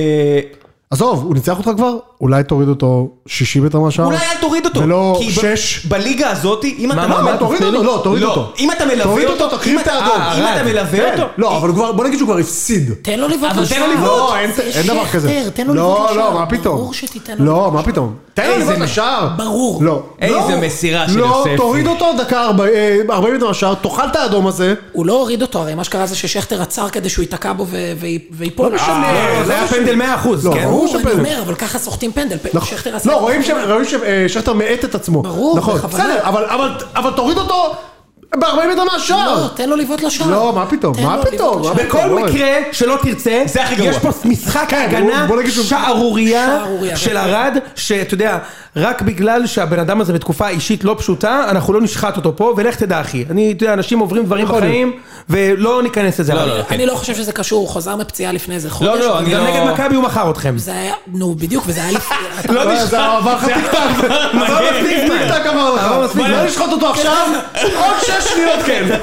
עזוב, הוא ניצח אותך כבר? אולי תוריד אותו 60 מטר מהשאר? אולי אל תוריד אותו. ולא 6? בליגה הזאת, אם אתה... מה, תוריד אותו? לא, תוריד אותו. אם אתה מלווה אותו, תקריב את האדום. אם אתה מלווה אותו... לא, אבל בוא נגיד שהוא כבר הפסיד. תן לו לבעוט לשער. לא, אין דבר כזה. תן לו לבעוט לשער. לא, מה פתאום? ברור שתיתן לו. לא, מה פתאום? תן לו לבעוט לשער. ברור. לא. איזה מסירה של יוספי. לא, תוריד אותו דקה 40 מטר מהשאר, תאכל את האדום הזה. הוא לא הוריד אותו, הרי מה שקרה זה ששכטר עצר כדי שהוא ייתקע בו ויפול. לא משנה. זה היה פנדל 100%, כן? ברור, אני אומר, אבל ככה סוחטים פנדל. לא, רואים ששכטר מאט את עצמו. ברור, בכוונה. בסדר, אבל תוריד אותו ב-40 מטר מהשאר. לא, תן לו לבעוט לשער. לא, מה פתאום? מה פתאום? בכל מקרה שלא תרצה, יש פה משחק הגנה שערוריה של ארד, שאתה יודע, רק בגלל שהבן אדם הזה בתקופה אישית לא פשוטה, אנחנו לא נשחט אותו פה, ולך תדע אחי. אני, אתה יודע, אנשים עוברים דברים בחיים, ולא ניכנס לזה. אני לא חושב שזה קשור, הוא חוזר מפציעה לפני איזה חודש. לא, גם נגד מכבי הוא מכר אתכם. זה היה, נו בדיוק, וזה היה לפני... זה עבר לך טיקטק. טיקטק אמר לך. לא נשחט אותו עכשיו, עוד 6 שניות כן.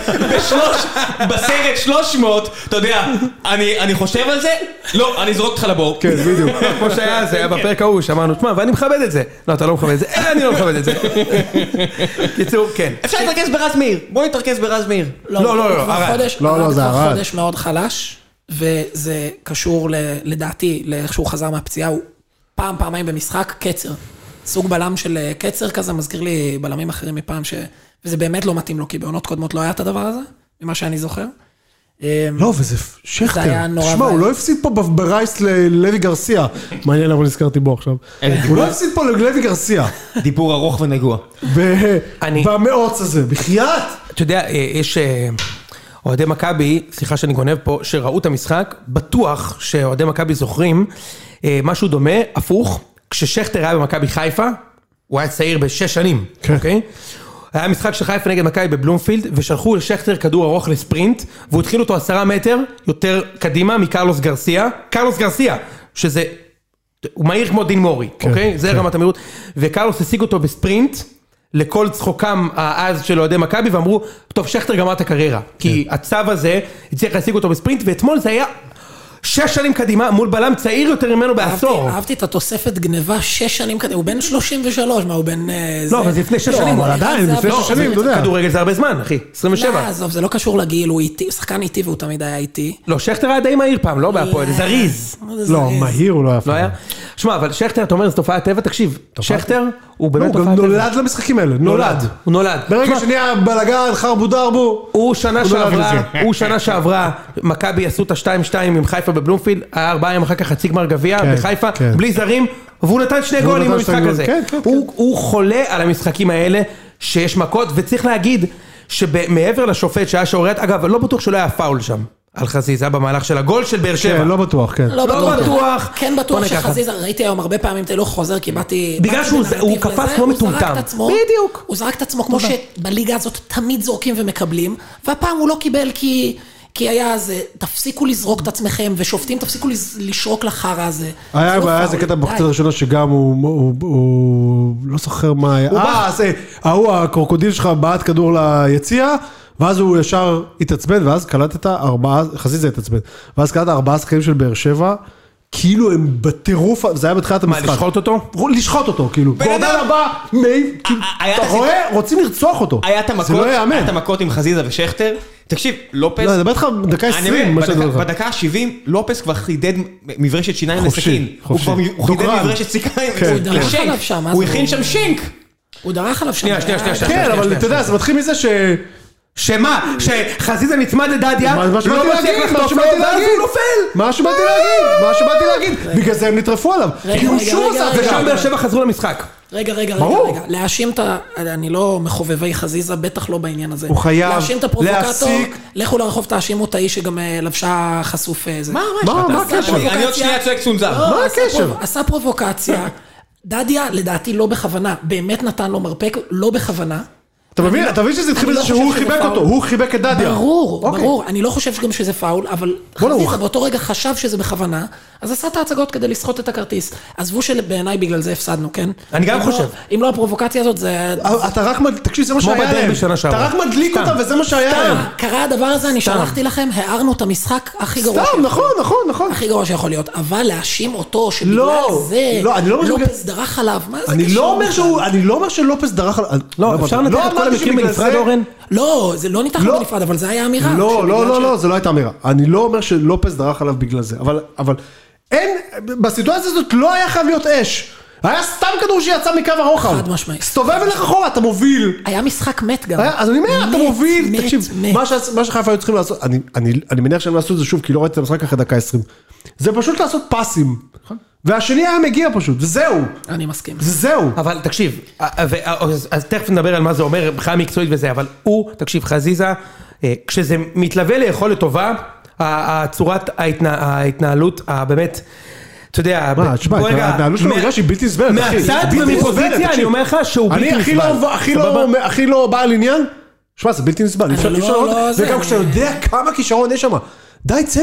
בסרט 300, אתה יודע, אני חושב על זה, לא, אני אזרוק אותך לבור. כן, בדיוק. כמו שהיה, זה היה בפרק ההוא, שאמרנו, תשמע, ואני מכבד את זה. לא, אתה לא מכבד את זה. אני לא מכבד את זה. קיצור, כן. אפשר להתרכז ברז מאיר. בוא נתרכז ברז מאיר. לא, זה כבר חודש מאוד חלש, וזה קשור לדעתי, לאיך שהוא חזר מהפציעה, הוא פעמיים במשחק, קצר. סוג בלם של קצר כזה, מזכיר לי בלמים אחרים מפעם, וזה באמת לא מתאים לו, כי בעונות קודמות לא היה את הדבר הזה, ממה שאני זוכר. לא, וזה שכטר. תשמע, הוא לא הפסיד פה ברייס ללוי גרסיה. מעניין למה נזכרתי בו עכשיו. הוא לא הפסיד פה ללוי גרסיה. דיבור ארוך ונגוע. במאוץ הזה, בחייאת. אתה יודע, יש אוהדי מכבי, סליחה שאני גונב פה, שראו את המשחק, בטוח שאוהדי מכבי זוכרים משהו דומה, הפוך, כששכטר היה במכבי חיפה, הוא היה צעיר ב6 שנים, אוקיי? היה משחק של חיפה נגד מכבי בבלומפילד, ושלחו לשכטר כדור ארוך לספרינט, והוא התחיל אותו 10 מטר יותר קדימה מקרלוס גרסיה, קרלוס גרסיה, שזה, הוא מהיר כמו דין מורי, אוקיי? זה רמת המהירות, וקרלוס השיג אותו בספרינט, לכל צחוקם העז של אוהדי מכבי, ואמרו, טוב, שכטר גמר את הקריירה, כי הצו הזה הצליח להשיג אותו בספרינט, ואתמול זה היה 6 שנים קדימה, מול בלם צעיר יותר ממנו בעשור. אהבתי את התוספת גניבה 6 שנים קדימה, הוא בן 33, מה הוא בן... לא, אבל זה לפני 6 שנים. אבל עדיין, לפני 6 שנים, אתה יודע. כדורגל זה הרבה זמן, אחי, 27. עזוב, זה לא קשור לגיל, הוא שחקן איטי והוא תמיד היה איטי. לא, שכטר היה די מהיר פעם, לא בהפועל, זריז. לא, מהיר הוא לא היה. לא היה? שמע, אבל שכטר, אתה אומר, זו תופעת טבע, תקשיב, שכטר הוא באמת תופעת טבע. הוא גם נולד למשחקים האלה, נולד. הוא נולד. ברגע שנהיה בלגן, חרבו דרבו. הוא שנה שעברה, מכבי עשו את ה-2-2 עם חיפה בבלומפילד, היה 4 ימים אחר כך חצי גמר גביע בחיפה, בלי זרים, והוא נתן 2 גולים במשחק הזה. הוא חולה על המשחקים האלה שיש מכות, וצריך להגיד שמעבר לשופט שהיה שעורד, אגב, לא בטוח שלא היה פאול שם. על חזיזה במהלך של הגול של באר שבע. כן, לא בטוח, כן. לא בטוח. כן בטוח שחזיזה, ראיתי היום הרבה פעמים תלוך חוזר, כי באתי... בגלל שהוא קפץ כמו מטומטם. בדיוק. הוא זרק את עצמו כמו שבליגה הזאת תמיד זורקים ומקבלים, והפעם הוא לא קיבל כי היה זה, תפסיקו לזרוק את עצמכם, ושופטים תפסיקו לשרוק לחרא הזה. היה איזה קטע בחצי הראשונה שגם הוא לא זוכר מה היה. ההוא הקרוקודיל שלך בעט כדור ליציאה, ואז הוא ישר התעצבן, ואז קלט חזיזה התעצבן, ואז קלט 4 שחקנים של באר שבע, כאילו הם בטירוף, זה היה בתחילת המשחק. מה, לשחוט אותו? לשחוט אותו, כאילו. גורדן הבא, אתה רואה? רוצים לרצוח אותו. היה את המכות עם חזיזה ושכטר, תקשיב, לופס... לא, אני מדבר איתך בדקה 20, בדקה 70, לופס כבר חידד מברשת שיניים לסכין. חופשי. הוא חידד מברשת סכין לשינק. הוא הכין שם שינק. הוא דרך עליו שם. שנייה. כן, אבל אתה יודע, זה מתחיל מזה ש... שמה? שחזיזה נצמד לדדיה, מה שבאתי להגיד, בגלל זה הם נטרפו עליו, כי הוא שוב עשה את זה. ושם באר שבע חזרו למשחק. רגע, להאשים את אני לא מחובבי חזיזה, בטח לא בעניין הזה. הוא חייב להאשים את הפרובוקטור, לכו לרחוב תאשימו את האיש שגם לבשה חשוף איזה. מה הקשר? אני עוד שנייה צועק צונזר. מה הקשר? עשה פרובוקציה, דדיה לדעתי לא בכוונה, באמת נתן לו מרפק, לא בכוונה. אתה מבין שזה התחיל בזה שהוא חיבק אותו, הוא חיבק את דדיה. ברור, אני לא חושב גם שזה פאול, אבל חזיזה באותו רגע חשב שזה בכוונה, אז עשה את ההצגות כדי לסחוט את הכרטיס. עזבו שבעיניי בגלל זה הפסדנו, כן? אני גם חושב. אם לא הפרובוקציה הזאת, זה... אתה רק, תקשיב, זה מה שהיה להם. אתה רק מדליק אותם וזה מה שהיה להם. קרה הדבר הזה, אני שלחתי לכם, הערנו את המשחק הכי גרוע שיכול להיות. נכון. הכי גרוע שיכול להיות, אבל להאשים אותו שבגלל זה לופס דרך עליו, מה זה קשור? אני לא אומר שלופס דרך עליו. לא, אפשר לנתח את כל המקרים בנפרד אורן? לא, זה לא ניתח לו בנפרד, אבל זה היה אמירה. לא, זה לא הייתה אמירה. אני לא אומר שלופס דרך עליו בגלל זה, אבל אין, בסיטואציה הזאת לא היה חייב להיות אש. היה סתם כדור שיצא מקו הרוחב. חד משמעי. סתובב אליך אחורה, אתה מוביל. היה משחק מת גם. אז אני אומר, אתה מוביל. תקשיב, מה שחיפה היו צריכים לעשות, אני מניח שהם לעשו את זה שוב, כי לא ראיתי את המשחק אחרי דקה 20. זה פשוט לעשות פסים. והשני היה מגיע פשוט, וזהו. אני מסכים. זהו. אבל תקשיב, אז תכף נדבר על מה זה אומר, בכלל מקצועית וזה, אבל הוא, תקשיב, חזיזה, כשזה מתלווה ליכולת טובה, הצורת ההתנהלות, באמת, אתה יודע, ההתנהלות שלו בגלל שהיא בלתי נסבלת, אחי. מהצד ומפוזיציה, אני אומר לך שהוא בלתי נסבל. הכי לא בעל עניין, שמע, זה בלתי נסבל. וגם כשאתה יודע כמה כישרון יש שם, די, צא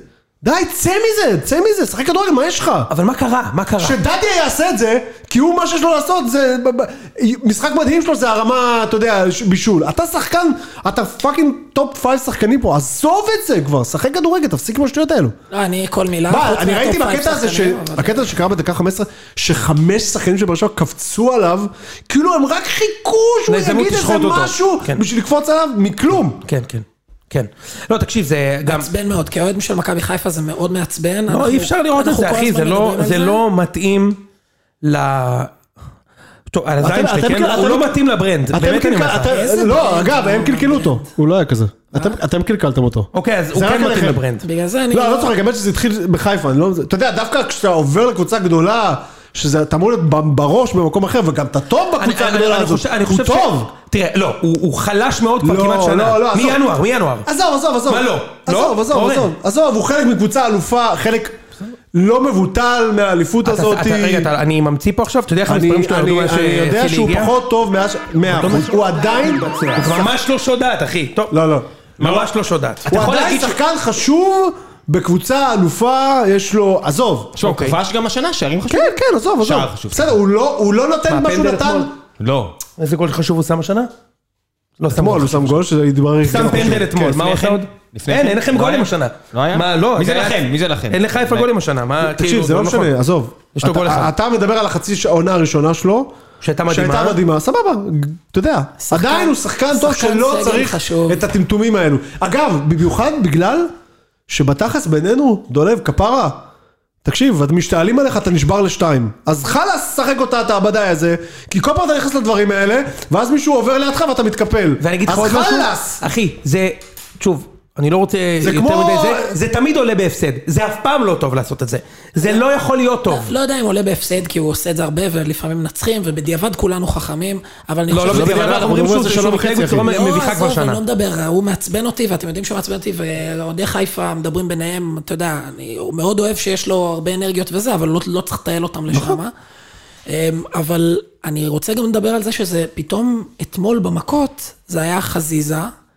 מזה, שחק כדורגל, מה יש לך? אבל מה קרה? שדדיה יעשה את זה, כי הוא מה שיש לו לעשות, זה משחק מדהים שלו, זה הרמה, אתה יודע, בישול. אתה שחקן, אתה פאקינג טופ 5 שחקנים פה, עזוב את זה כבר, שחק כדורגל, תפסיק עם השטויות האלו. אני כל מילה. אני ראיתי בקטע הזה, הקטע שקרה בדקה 15, שחמש שחקנים של באר שבע קפצו עליו, כאילו הם רק חיכו שהוא יגיד איזה משהו, בשביל לקפוץ עליו, מכלום. כן. לא, תקשיב, זה גם... מעצבן מאוד, כי האוהד של מכבי חיפה זה מאוד מעצבן. לא, אי אפשר לראות את זה, אחי, זה לא מתאים טוב, על הזין שלי, כן? הוא לא מתאים לברנד, באמת אני אומר לך. לא, אגב, הם קלקלו אותו, הוא לא היה כזה. אתם קלקלתם אותו. אוקיי, אז הוא כן מתאים לברנד. בגלל זה אני... לא, לא צוחק, האמת שזה התחיל בחיפה, אתה יודע, דווקא כשאתה עובר לקבוצה גדולה, שאתה אמור להיות בראש במקום אחר, וגם אתה טוב בקבוצה הגדולה הזאת, הוא טוב. תראה, לא, הוא חלש מאוד כבר כמעט שנה. מינואר. עזוב. מה לא? עזוב, הוא חלק מקבוצה אלופה, חלק לא מבוטל מהאליפות הזאת. רגע, אני ממציא פה עכשיו, אתה יודע איך המספרים שלו ירדו אני יודע שהוא פחות טוב הוא עדיין... הוא ממש לא שודעת, אחי. לא. ממש לא שודעת. הוא עדיין שחקן חשוב... בקבוצה אלופה יש לו, עזוב. הוא כבש גם השנה, שערים חשובים. כן, עזוב. בסדר, הוא לא נותן מה שהוא נתן. לא. איזה גול חשוב הוא שם השנה? לא, אתמול הוא שם גול שידבר... שם פנדל אתמול, מה הוא עושה עוד? אין לכם גולים השנה. לא היה? מי זה לכם? אין לחיפה גולים השנה. תקשיב, זה לא משנה, עזוב. יש לו גול אחד. אתה מדבר על החצי העונה הראשונה שלו, שהייתה מדהימה, סבבה, אתה יודע, עדיין הוא שחקן טוב שלא צריך את הטמטומים האלו. אגב, במיוחד בגלל שבתחס בינינו, דולב, כפרה, תקשיב, אתם משתעלים עליך, אתה נשבר לשתיים. אז חלס, שחק אותה את העבדי הזה, כי כל פעם אתה נכנס לדברים האלה, ואז מישהו עובר לידך ואתה מתקפל. אז חלס! אחי, זה, שוב, אני לא רוצה יותר מדי זה תמיד עולה בהפסד. זה אף פעם לא טוב לעשות את זה. זה לא יכול להיות טוב. לא יודע אם עולה בהפסד, כי הוא עושה את זה הרבה, ולפעמים מנצחים, ובדיעבד כולנו חכמים, אבל אני חושב... לא, בדיעבד, אומרים שהוא מתנהג בצורה מביכה כבר שנה. אני לא מדבר, הוא מעצבן אותי, ואתם יודעים שהוא מעצבן אותי, ועודי חיפה מדברים ביניהם, אתה יודע, הוא מאוד אוהב שיש לו הרבה אנרגיות וזה, אבל לא צריך לטייל אותם לשם. אבל אני רוצה גם לדבר על זה שזה פתאום אתמול במכות, זה היה חזיזה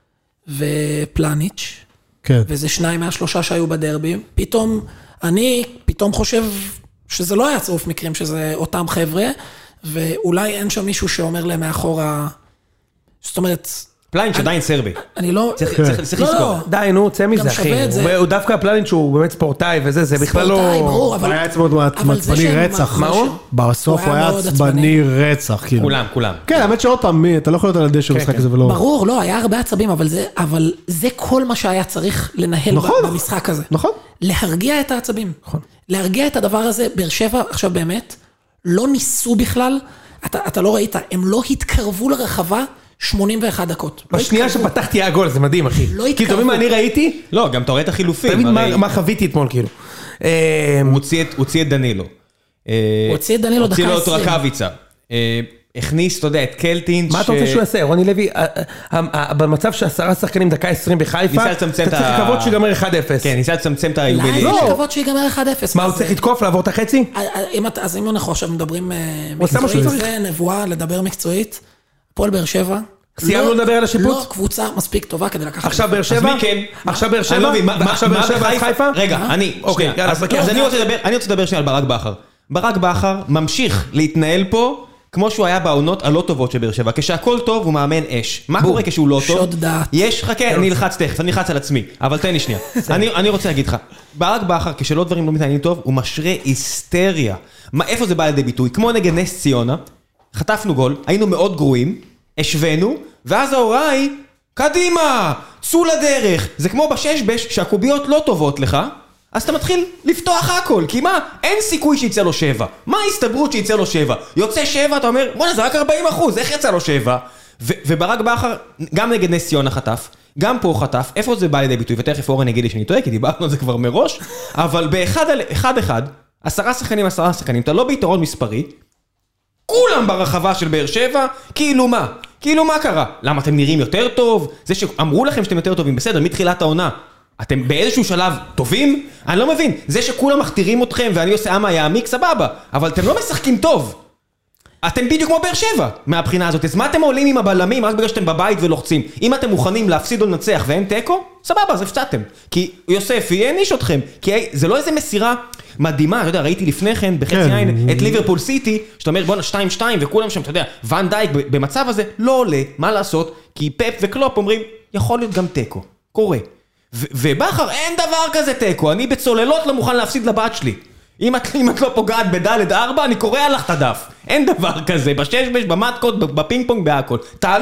ופלניץ', כן. וזה 2 מהשלושה שהיו בדרבי, אני פתאום חושב שזה לא היה צירוף מקרים, שזה אותם חבר'ה, ואולי אין שם מישהו שאומר להם מאחורה, זאת אומרת... פלניץ' עדיין סרבי. אני לא... צריך לזכור. די, נו, צא מזה, אחי. הוא דווקא פלניץ' שהוא באמת ספורטאי וזה, זה בכלל לא... ספורטאי, ברור, אבל... הוא היה עצמאות מעצבני רצח. מה הוא? בסוף הוא היה עצבני רצח. כולם. כן, האמת שעוד פעם, אתה לא יכול להיות על הדשא במשחק הזה ולא... ברור, לא, היה הרבה עצבים, אבל זה כל מה שהיה צריך לנהל במשחק הזה. נכון. להרגיע את העצבים. להרגיע את הדבר הזה, באר שבע, עכשיו באמת, לא ניסו בכלל, אתה לא ראית, הם לא התקרבו לרחבה 81 דקות. בשנייה שפתחתי היה גול, זה מדהים, אחי. לא כי התקרבו. אתה מבין מה אני ראיתי? לא, גם אתה רואה את החילופים. תמיד הרי מה חוויתי אתמול, כאילו. הוא הוציא את דנילו. הוא הוציא את דנילו דקה 20. הוציא לו את רקביצה. הכניס, אתה יודע, את קלטינס. מה אתה רוצה שהוא יעשה? רוני לוי, במצב ש10 שחקנים דקה 20 בחיפה, ניסה אתה לצמצם את צריך לקוות שיגמר 1-0. כן, ניסה לצמצם את אולי היובילים. יש לא. לקוות שיגמר 1-0. מה, הוא צריך לתקוף, לעבור את החצי? אז אם אנחנו עכשיו מדברים עושה מה שהוא מקצועית, צריך. זה נבואה לדבר מקצועית. הפועל באר שבע. סיימנו לדבר על השיפוט? לא קבוצה מספיק טובה כדי לקחת. עכשיו באר אז שבע? מי כן? עכשיו באר אני שבע? לא מבין, עכשיו באר שבע על חיפה? רגע, אוקיי, שנייה. יאללה, אז אני רוצה לדבר שנייה על ברק בכר. ברק בכר ממשיך להתנהל פה כמו שהוא היה בעונות הלא טובות של באר שבע. כשהכל טוב הוא מאמן אש. מה קורה כשהוא לא טוב? שוד דעת. יש, חכה, אני אלחץ תכף, אני אלחץ על עצמי. אבל תן לי שנייה. אני רוצה להגיד לך, ברק בכר, כשלא דברים לא מתעניינים טוב, הוא משרה היסטריה. איפה זה בא לידי ביטוי? כמו נגד נס ציונה, חטפנו גול, היינו מאוד גרועים, השווינו, ואז ההוראה היא, קדימה, צאו לדרך. זה כמו בששבש שהקוביות לא טובות לך, אז אתה מתחיל לפתוח הכל, כי מה? אין סיכוי שיצא לו 7. מה ההסתברות שיצא לו 7? יוצא 7, אתה אומר, בוא'נה, זה רק 40%, איך יצא לו 7? וברק בכר, גם נגד נס ציונה חטף, גם פה חטף, איפה זה בא לידי ביטוי? ותכף אורן יגיד לי שאני טועה, כי דיברנו על זה כבר מראש, אבל באחד, 10 שחקנים, אתה לא ביתרון מספרי, כולם ברחבה של באר שבע, כאילו מה? כאילו מה קרה? למה אתם נראים יותר טוב? זה שאמרו לכם שאתם יותר טובים, בסדר, מתחילת העונה. אתם באיזשהו שלב טובים? אני לא מבין. זה שכולם מכתירים אתכם ואני עושה אמה יעמיק, סבבה. אבל אתם לא משחקים טוב. אתם בדיוק כמו באר שבע מהבחינה הזאת. אז מה אתם עולים עם הבלמים רק בגלל שאתם בבית ולוחצים? אם אתם מוכנים להפסיד או לנצח ואין טקו, סבבה, אז הפסדתם. כי יוספי העניש אתכם. כי זה לא איזה מסירה מדהימה. אתה יודע, ראיתי לפני כן בחצי עין את ליברפול סיטי, שאתה אומר בואנה 2-2 וכולם שם, אתה יודע, ואן דייק במצב הזה לא עולה. מה לעשות? כי פפ וקלופ אומרים, יכול להיות גם טקו. קורה. ובחר אין דבר כזה טקו, אני בצוללות לא מוכן להפסיד לבת שלי. אם את לא פוגעת בדלת 4, אני קורא לך את הדף. אין דבר כזה, בששבש, במטקות, בפינג פונג, בהכל.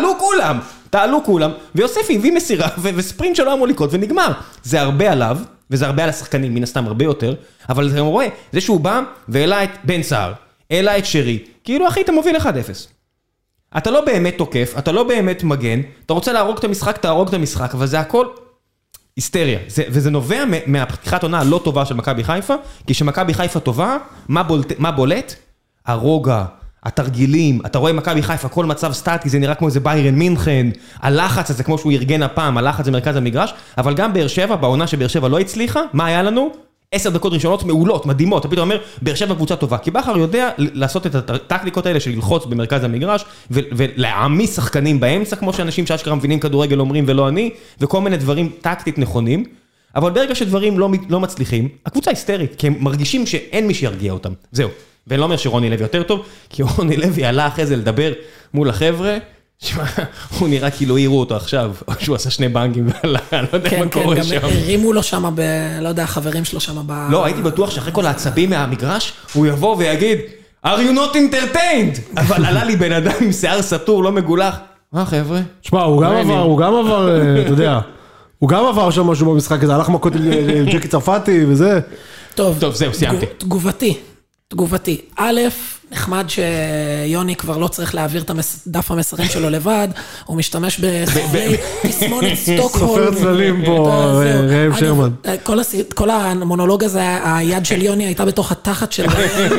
תעלו כולם, ויוספי הביא מסירה, וספרינט שלו אמור לקרות, ונגמר. זה הרבה עליו, וזה הרבה על השחקנים, מן הסתם הרבה יותר, אבל אתה רואה, זה שהוא בא, והעלה את בן סער, העלה את שרי, כאילו אחי, אתה מוביל 1-0. אתה לא באמת תוקף, אתה לא באמת מגן, אתה רוצה להרוג את המשחק, תהרוג את המשחק, אבל זה הכל היסטריה, וזה נובע מהפתיחת עונה הלא טובה של מכבי חיפה, כי שמכבי חיפה טובה, מה בולט? הרוגע, התרגילים, אתה רואה מכבי חיפה, כל מצב סטטי, זה נראה כמו איזה ביירן מינכן, הלחץ הזה כמו שהוא ארגן הפעם, הלחץ זה מרכז המגרש, אבל גם באר שבע, בעונה שבאר שבע לא הצליחה, מה היה לנו? 10 דקות ראשונות מעולות, מדהימות, אתה פתאום אומר, באר שבע קבוצה טובה, כי בכר יודע לעשות את הטקטיקות האלה של ללחוץ במרכז המגרש, ולהעמיס שחקנים באמצע, כמו שאנשים שאשכרה מבינים כדורגל אומרים ולא אני, וכל מיני דברים טקטית נכונים, אבל ברגע שדברים לא מצליחים, הקבוצה היסטרית, כי הם מרגישים שאין מי שירגיע אותם, זהו. ואני לא אומר שרוני לוי יותר טוב, כי רוני לוי עלה אחרי זה לדבר מול החבר'ה, הוא נראה כאילו העירו אותו עכשיו, או שהוא עשה 2 בנקים ועלה, אני לא יודע מה קורה שם. כן, גם הרימו לו שם, לא יודע, החברים שלו שם ב... לא, הייתי בטוח שאחרי כל העצבים מהמגרש, הוא יבוא ויגיד, are you not entertained? אבל עלה לי בן אדם עם שיער סטור, לא מגולח. מה חבר'ה? תשמע, הוא גם עבר, אתה יודע, הוא גם עבר שם משהו במשחק הזה, הלך מכות עם ג'קי צרפתי וזה. טוב, זהו, סיימתי. תגובתי. א', נחמד שיוני כבר לא צריך להעביר את דף המסרים שלו לבד, הוא משתמש בתסמונת סטוקהולם. סופר צללים פה, ראם שרמן. כל המונולוג הזה, היד של יוני הייתה בתוך התחת של ראם,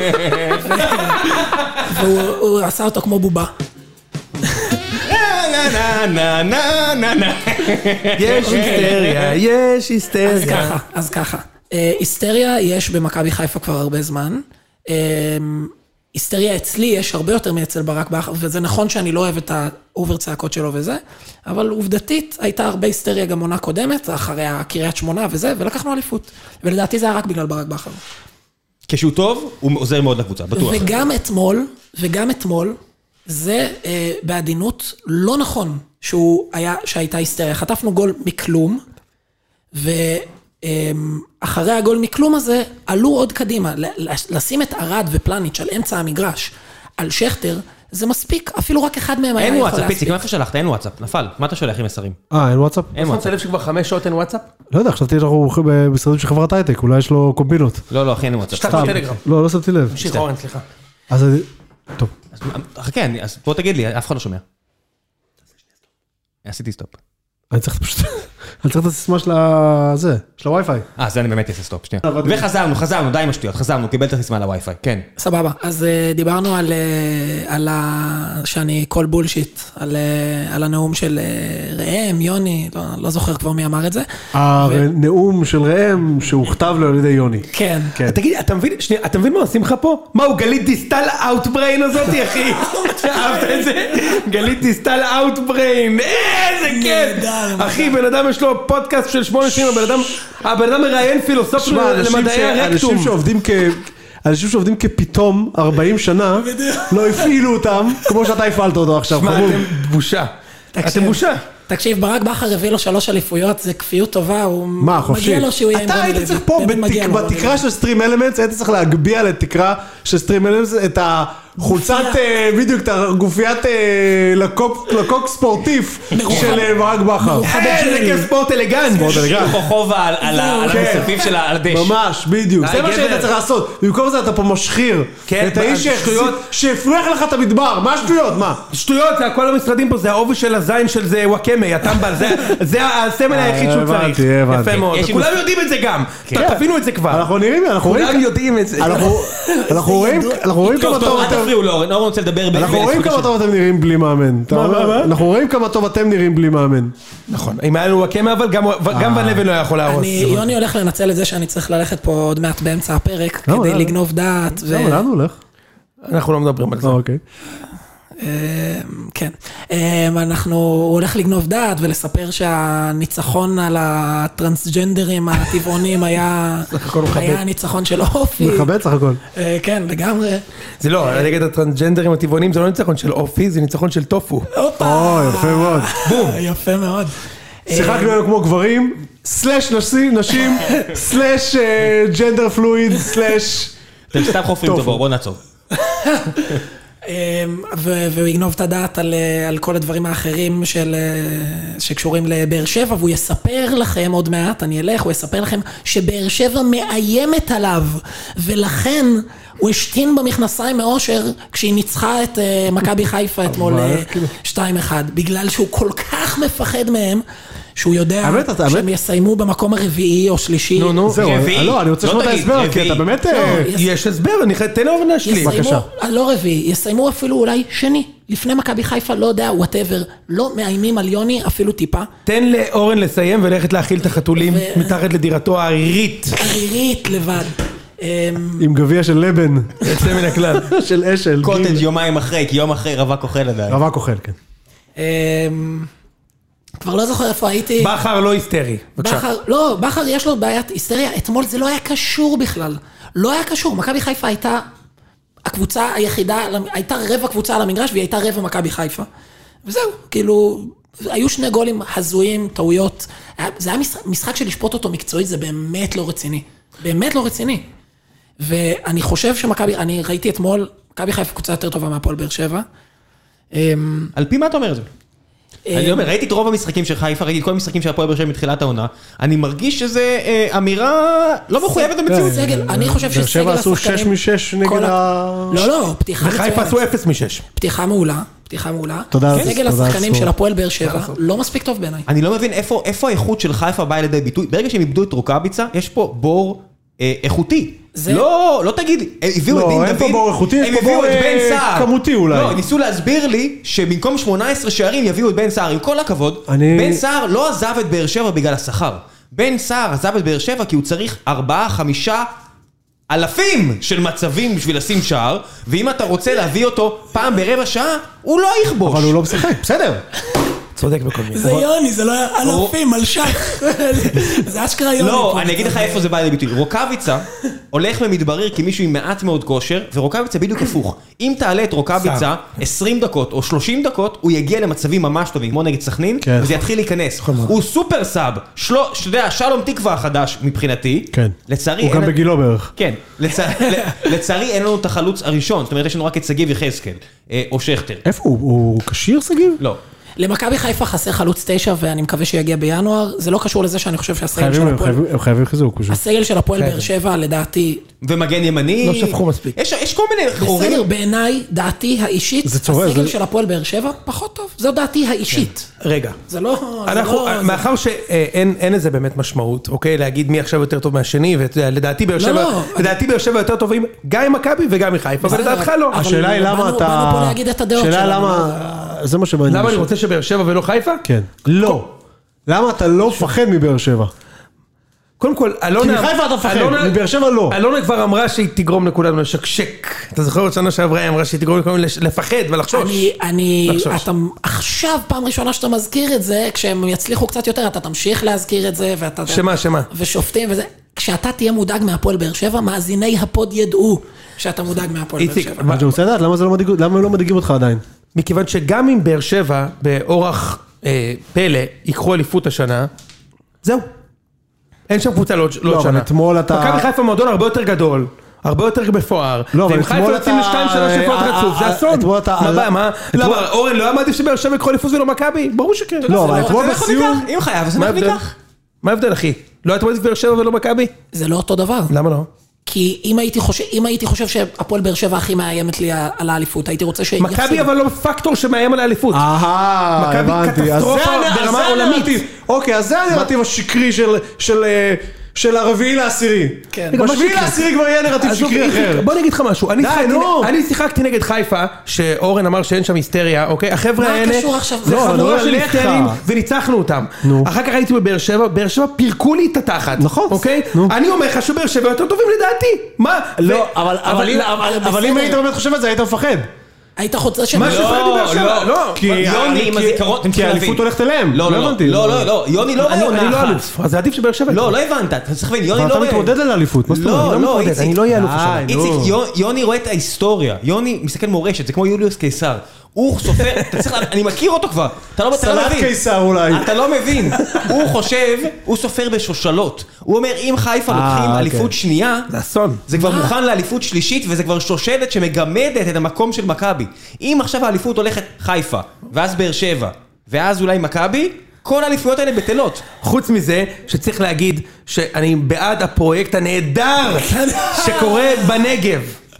והוא עשה אותו כמו בובה. יש היסטריה. אז ככה. היסטריה יש במכבי חיפה כבר הרבה זמן. היסטריה אצלי יש הרבה יותר מאצל ברק בכר, וזה נכון שאני לא אוהב את האובר צעקות שלו וזה, אבל עובדתית הייתה הרבה היסטריה גם עונה קודמת, אחרי הקריית שמונה וזה, ולקחנו אליפות. ולדעתי זה היה רק בגלל ברק בכר. כשהוא טוב, הוא עוזר מאוד לקבוצה, בטוח. וגם אתמול, זה בעדינות לא נכון שהייתה היסטריה. חטפנו גול מכלום, אחרי הגול מכלום הזה, עלו עוד קדימה, לשים את ארד ופלניץ' על אמצע המגרש, על שכטר, זה מספיק, אפילו רק אחד מהם היה יכול להספיק. אין וואטסאפ, פיציק, מה איפה שלחת? אין וואטסאפ, נפל, מה אתה שולח עם מסרים? אין וואטסאפ? אין וואטסאפ. לב שכבר 5 שעות אין וואטסאפ? לא יודע, חשבתי שאנחנו הולכים במשרדים של חברת הייטק, אולי יש לו קומבינות. לא, אחי, אין וואטסאפ. שתף בטלגרם. לא שמתי לב. תמשיך אורן, סליחה. אז טוב. חכה, אז בוא תגיד לי, אף אחד לא שומע. עשיתי סטופ. אני צריך פשוט... אני צריך את הסיסמה של הווי-פיי. זה אני באמת אעשה סטופ, שנייה. וחזרנו, די עם השטויות, חזרנו, קיבל את הסיסמה לווי-פיי, כן. סבבה, אז דיברנו שאני כל בולשיט, על הנאום של ראם, יוני, לא זוכר כבר מי אמר את זה. הנאום של ראם שהוכתב לו על ידי יוני. כן. תגיד, אתה מבין מה עושים לך פה? מה, הוא גלית דיסטל אאוטבריין הזאתי, אחי? אהבת את זה? גלית דיסטל אאוטבריין, איזה כיף! אחי, בן אדם יש לו פודקאסט של 8 שנים, הבן אדם מראיין פילוסופיה למדעי הרקטום. אנשים שעובדים כפתאום 40 שנה, לא הפעילו אותם, כמו שאתה הפעלת אותו עכשיו. שמע, אתם בושה. אתם בושה. תקשיב, ברק בכר הביא לו 3 אליפויות, זה כפיות טובה, הוא חופשי. מגיע לו שהוא יהיה עם אתה היית צריך פה, בתקרה של סטרים אלמנטס, היית צריך להגביע לתקרה של סטרים אלמנטס, את החולצת, בדיוק, את הגופיית לקוק ספורטיף של ברק בכר. איזה כיף ספורט אלגנט. חוב על המספיף של הדש. ממש, בדיוק. זה מה שהיית צריך לעשות. במקום זה אתה פה משחיר. את האיש שהפריח לך את המדבר. מה שטויות? מה? שטויות, כל המשרדים פה, זה העובי של הזין של זה וואקמה, הטמבל, זה הסמל היחיד שהוא צריך. יפה מאוד. כולם יודעים את זה גם. תבינו את זה כבר. אנחנו נראים, כולם יודעים את זה. אנחנו רואים כמה טוב אל תפריעו לו, אורן רוצה לדבר. אנחנו רואים כמה טוב אתם נראים בלי מאמן. אנחנו רואים כמה טוב אתם נראים בלי מאמן. נכון. אם היה לנו וואקמה, אבל גם ון לבן לא יכול להרוס. יוני הולך לנצל את זה שאני צריך ללכת פה עוד מעט באמצע הפרק, כדי לגנוב דעת. לאן הוא הולך? אנחנו לא מדברים על זה. אוקיי. כן, הוא הולך לגנוב דעת ולספר שהניצחון על הטרנסג'נדרים הטבעונים היה ניצחון של אופי. מכבד סך הכל. כן, לגמרי. זה לא, נגד הטרנסג'נדרים הטבעונים זה לא ניצחון של אופי, זה ניצחון של טופו. יפה מאוד. בום. יפה מאוד. שיחקנו כמו גברים, סלש נשים, סלש ג'נדר פלואיד, סלש... אתם סתם חופרים טוב, בוא נעצור. והוא יגנוב את הדעת על כל הדברים האחרים שקשורים לבאר שבע, והוא יספר לכם עוד מעט, אני אלך, הוא יספר לכם שבאר שבע מאיימת עליו, ולכן הוא השתין במכנסיים מאושר כשהיא ניצחה את מכבי חיפה אתמול 2-1, בגלל שהוא כל כך מפחד מהם, שהוא יודע שהם יסיימו במקום הרביעי או שלישי. זהו, לא, אני רוצה לשמוע את ההסבר, כי אתה באמת... יש הסבר, אני תן להבנה שלי. בבקשה. לא רביעי, יסיימו אפילו אולי שני, לפני מכבי חיפה, לא יודע, whatever, לא מאיימים על יוני אפילו טיפה. תן לאורן לסיים ולכת להאכיל את החתולים מתחת לדירתו הערירית. ערירית לבד. עם גביע של לבן. יוצא מן הכלל. של אשל. קוטג' יומיים אחרי, כי יום אחרי רווק אוכל עדיין. רווק אוכל, כן. כבר לא זוכר איפה הייתי. בכר לא היסטרי. לא, בכר יש לו בעיית היסטריה. אתמול זה לא היה קשור בכלל. לא היה קשור. מכבי חיפה הייתה הקבוצה היחידה, הייתה רבע קבוצה על המגרש, והיא הייתה רבע מכבי חיפה. וזהו, כאילו, היו 2 גולים הזויים, טעויות. זה היה משחק של לשפוט אותו מקצועית, זה באמת לא רציני. באמת לא רציני. ואני חושב שמכבי, אני ראיתי אתמול, מכבי חיפה קבוצה יותר טובה מהפועל באר שבע. על פי מה אתה אומר את זה? אני אומר, ראיתי את רוב המשחקים של חיפה, ראיתי את כל המשחקים של הפועל באר שבע מתחילת העונה, אני מרגיש שזה אמירה לא מחויבת המציאות. אני חושב שסגל השחקנים... באר שבע עשו 6-6 נגד ה... לא, פתיחה... וחיפה עשו 0-6. פתיחה מעולה, פתיחה מעולה. תודה. סגל השחקנים של הפועל באר שבע לא מספיק טוב בעיניי. אני לא מבין איפה האיכות של חיפה באה לידי ביטוי. ברגע שהם איבדו את רוקאביצה, יש פה בור איכותי. לא תגיד לי, הביאו את דין דוד, אין פה בור איכותי, הם הביאו את בן סער. כמותי אולי. לא, ניסו להסביר לי שבמקום 18 שערים יביאו את בן סער, עם כל הכבוד, בן סער לא עזב את באר שבע בגלל השכר. בן סער עזב את באר שבע כי הוא צריך 4-5 אלפים של מצבים בשביל לשים שער, ואם אתה רוצה להביא אותו פעם ברבע שעה, הוא לא יכבוש. אבל הוא לא משחק, בסדר. צודק בכל מיני. זה יוני, זה לא אלפים, על שח. זה אשכרה יוני. לא, אני אגיד לך איפה זה בא לידי ביטוי. רוקאביצה הולך ומתברר כמישהו עם מעט מאוד כושר, ורוקאביצה בדיוק הפוך. אם תעלה את רוקאביצה 20 דקות או 30 דקות, הוא יגיע למצבים ממש טובים, כמו נגד סכנין, וזה יתחיל להיכנס. הוא סופר סאב, שאתה יודע, שלום תקווה החדש מבחינתי. כן. לצערי... הוא גם בגילו בערך. כן. לצערי אין לנו את החלוץ הראשון, זאת אומרת, יש לנו רק את סגיב יחזקאל, או שכטר. איפה הוא? הוא קשיר סגיב? לא. למכבי חיפה חסר חלוץ 9 ואני מקווה שיגיע בינואר, זה לא קשור לזה שאני חושב שהסגל של הפועל... הם חייבים חיזוק. הסגל של הפועל באר שבע לדעתי... ומגן ימני... לא שפכו מספיק. יש כל מיני חורים. בסדר, בעיניי, דעתי האישית, הסגל של הפועל באר שבע פחות טוב, זו דעתי האישית. רגע. זה לא... מאחר שאין לזה באמת משמעות, אוקיי? להגיד מי עכשיו יותר טוב מהשני, ולדעתי באר שבע יותר טובים גם עם מכבי וגם עם חיפה, אבל לדעתך לא. השאלה היא למה אתה... באנו פה להגיד את הדעות שלנו. השאלה למה... זה מה שמעניין. למה אני רוצה שבאר שבע ולא חיפה? כן. לא. למה אתה לא מפחד מבאר שבע? קודם כל, אלונה... כי מחיפה אתה מפחד, מבאר שבע לא. אלונה כבר אמרה שהיא תגרום לכולנו לשקשק. אתה זוכר עוד שנה שעברה, היא אמרה שהיא תגרום לכולנו לפחד ולחשוש. אתה עכשיו פעם ראשונה שאתה מזכיר את זה, כשהם יצליחו קצת יותר, אתה תמשיך להזכיר את זה, שמה? ושופטים וזה. כשאתה תהיה מודאג מהפועל באר שבע, מאזיני הפוד ידעו שאתה מודאג מהפועל באר שבע. אני רוצה לדעת, למה הם לא מדאיגים אותך עדיין? מכיוון שגם אם באר שבע, באורח פלא, ייקחו אליפות השנה, זהו. אין שם קבוצה לא שנה. מכבי חיפה מועדון הרבה יותר גדול, הרבה יותר מפואר. ואם חיפה יוצאים לשתיים שלוש נפות רצוף, זה אסון. מה? למה? אורן, לא אמרתי שבאר שבע יקחו אליפות ולא מכבי? ברור שכן. לא, אבל אתמול בסיום... אם חייב, אז אנחנו ניקח. מה ההבדל, אחי? לא הייתה באר שבע ולא מכבי? זה לא אותו דבר. למה לא? כי אם הייתי חושב שהפועל באר שבע הכי מאיימת לי על האליפות, הייתי רוצה שיחזיק. מכבי אבל לא פקטור שמאיים על האליפות. מכבי קטסטרופה ברמה עולמית. אוקיי, אז זה הנרטיב השקרי של הרביעי לעשירי. בשביעי לעשירי כבר יהיה נרטיב שקרי אחר. בוא נגיד לך משהו, אני שיחקתי נגד חיפה, שאורן אמר שאין שם היסטריה, אוקיי? החבר'ה האלה, זה חבורה של היסטרים, וניצחנו אותם. אחר כך הייתי בבאר שבע, באר שבע פירקו לי את התחת. נכון. אוקיי? אני אומר לך שבאר שבע יותר טובים לדעתי. מה? לא, אבל אם היית באמת חושב את זה, היית מפחד. היית חוצה מה שפחד מבאר שבע? לא. כי האליפות הולכת אליהם. לא, יוני לא אני לא אלוף. אז זה עדיף שבאר שבע. לא הבנת. אתה צריך להבין, יוני לא אתה רואה. מתמודד על האליפות. אני לא אהיה אלוף השנה. איציק, יוני רואה את ההיסטוריה. יוני מסתכל מורשת, זה כמו יוליוס קיסר. הוא סופר, אני מכיר אותו כבר, אתה לא מבין. סלט קיסר אולי. אתה לא מבין. הוא חושב, הוא סופר בשושלות. הוא אומר, אם חיפה לוקחים אליפות שנייה, זה אסון. זה כבר מוכן לאליפות שלישית, וזה כבר שושלת שמגמדת את המקום של מכבי. אם עכשיו האליפות הולכת חיפה, ואז באר שבע, ואז אולי מכבי, כל האליפויות האלה בטלות. חוץ מזה, שצריך להגיד שאני בעד הפרויקט הנהדר שקורה בנגב.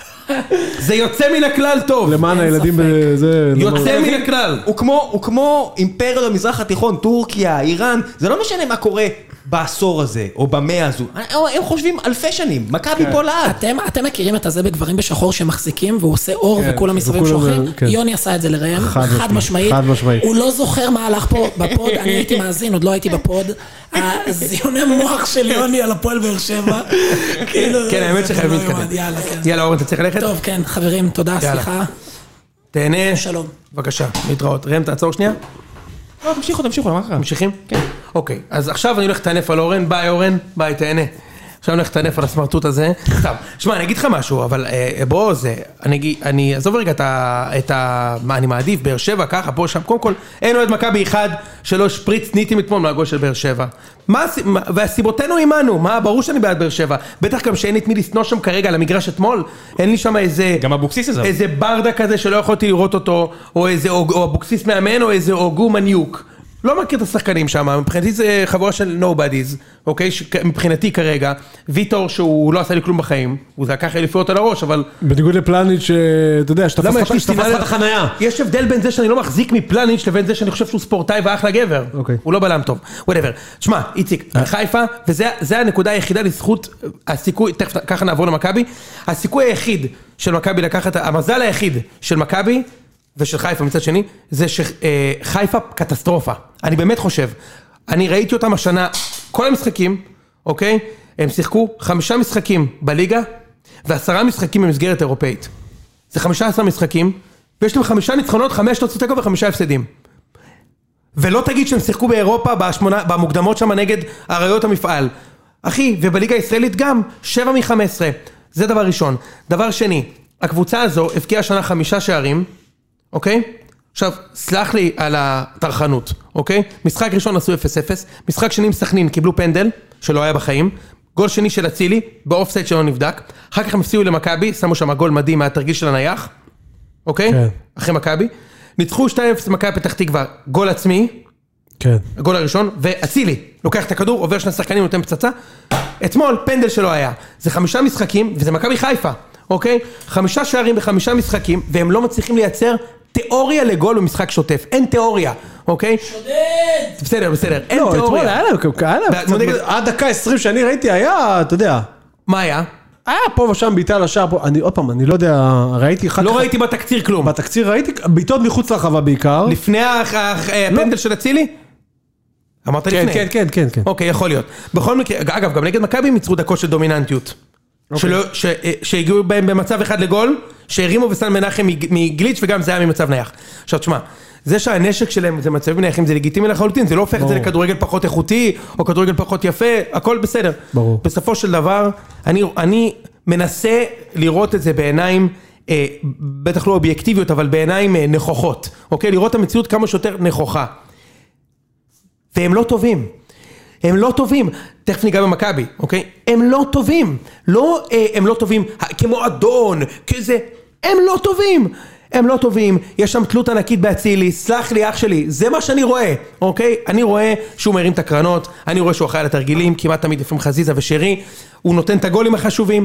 זה יוצא מן הכלל טוב. למען הילדים בזה... יוצא מן הכלל. הוא כמו אימפריה במזרח התיכון, טורקיה, איראן, זה לא משנה מה קורה בעשור הזה, או במאה הזו. הם חושבים אלפי שנים, מכבי פה לעד. אתם מכירים את הזה בגברים בשחור שמחזיקים, והוא עושה אור וכולם מסביב שוחרים? יוני עשה את זה לראם, חד משמעית. הוא לא זוכר מה הלך פה בפוד, אני הייתי מאזין, עוד לא הייתי בפוד. הזיוני מוח של יוני על הפועל באר שבע. כן, האמת שחייבים להתקדם. יאללה, אורן, אתה צריך ללכת? טוב, כן, חברים, תודה, סליחה. תהנה. שלום. בבקשה, להתראות. ראם, תעצור שנייה. לא, תמשיכו, מה קרה? ממשיכים? כן. אוקיי, אז עכשיו אני הולך לטענף על אורן, ביי אורן, ביי, תהנה. עכשיו אני הולך לטענף על הסמרטוט הזה. טוב, שמע, אני אגיד לך משהו, אבל בוא, אני אעזוב רגע מה אני מעדיף, באר שבע, ככה, פה, שם, קודם כל, אין עוד מכבי אחד שלא שפריץ ניטים אתמול מהגול של באר שבע. והסיבותינו עימנו, מה, ברור שאני בעד באר שבע, בטח גם שאין את מי לסנוע שם כרגע על המגרש אתמול, אין לי שם איזה... גם אבוקסיס הזה. איזה ברדה כזה שלא יכולתי לראות אותו, או איזה אבוקסיס מאמן, או איזה אוגו מניוק. לא מכיר את השחקנים שם, מבחינתי זה חבורה של nobodies, אוקיי? מבחינתי כרגע, ויטור שהוא לא עשה לי כלום בחיים, הוא זה לקח אליפויות על הראש, אבל... בניגוד לפלניץ' שאתה יודע, שתפס לך את החנייה. יש הבדל בין זה שאני לא מחזיק מפלניץ' לבין זה שאני חושב שהוא ספורטאי ואחלה גבר. הוא לא בלם טוב, whatever. תשמע, איציק, חיפה, וזה הנקודה היחידה לזכות, הסיכוי, תכף ככה נעבור למכבי, הסיכוי היחיד של מכבי לקחת, המזל היחיד של מכבי, ושל חיפה מצד שני, זה שחיפה קטסטרופה. אני באמת חושב, אני ראיתי אותם השנה, כל המשחקים, אוקיי? הם שיחקו 5 משחקים בליגה, ו10 משחקים במסגרת אירופאית. זה 15 משחקים, ויש להם 5 ניצחונות, 5 תוצאות תיקו ו5 הפסדים. ולא תגיד שהם שיחקו באירופה, במוקדמות שם נגד אריות המפעל. אחי, ובליגה הישראלית גם, 7 מ-15. זה דבר ראשון. דבר שני, הקבוצה הזו הבקיעה השנה 5 שערים, אוקיי? עכשיו, סלח לי על התרחנות, אוקיי? משחק ראשון עשו 0-0, משחק שני עם סכנין קיבלו פנדל, שלא היה בחיים, גול שני של אצילי, באופסייד שלא נבדק, אחר כך הם הפסיעו למכבי, שמו שם גול מדהים מהתרגיל של הנייח, אוקיי? אחרי מכבי, ניצחו 2-0 מכבי פתח תקווה, גול עצמי, כן. הגול הראשון, ואצילי, לוקח את הכדור, עובר שני שחקנים, נותן פצצה. אתמול, פנדל שלו היה. זה 5 משחקים, וזה מכבי חיפה, אוקיי? 5 שערים ב5 משחקים, והם לא מצליחים לייצר תיאוריה לגול במשחק שוטף. אין תיאוריה, אוקיי? שודד! בסדר, אין לא, אתמול תיאוריה. היה להם, עד דקה 20 שאני ראיתי, היה, אתה יודע, מה היה? היה פה ושם בעיטה לשער, עוד פעם, אני לא יודע, ראיתי אחר כך, לא ראיתי בתקציר כלום. בתקציר ראיתי בעיטות מחוץ לרחבה בעיקר. לפני הפנדל של אצילי? אמרת לפני? כן. אוקיי, יכול להיות. בכל מקרה, אגב, גם נגד מכבי הם ייצרו דקות של דומיננטיות. שהגיעו בהם במצב אחד לגול, שהרימו וסן מנחם מגליץ' וגם זה היה ממצב נייח. עכשיו תשמע, זה שהנשק שלהם זה מצבים נייחים, זה לגיטימי לחלוטין, זה לא הופך את זה לכדורגל פחות איכותי, או כדורגל פחות יפה, הכל בסדר. ברור. בסופו של דבר, אני מנסה לראות את זה בעיניים, בטח לא אובייקטיביות, אבל בעיניים נכוחות. אוקיי? לראות את המציאות כמה שיותר נכוחה. והם לא טובים. הם לא טובים. תכף ניגע במכבי, אוקיי? הם לא טובים. לא, הם לא טובים כמו אדון, כזה. הם לא טובים. הם לא טובים. יש שם תלות ענקית באצילי. סלח לי אח שלי. זה מה שאני רואה, אוקיי? אני רואה שהוא מרים את הקרנות. אני רואה שהוא אחראי על התרגילים. כמעט תמיד לפעמים חזיזה ושרי. הוא נותן את הגולים החשובים.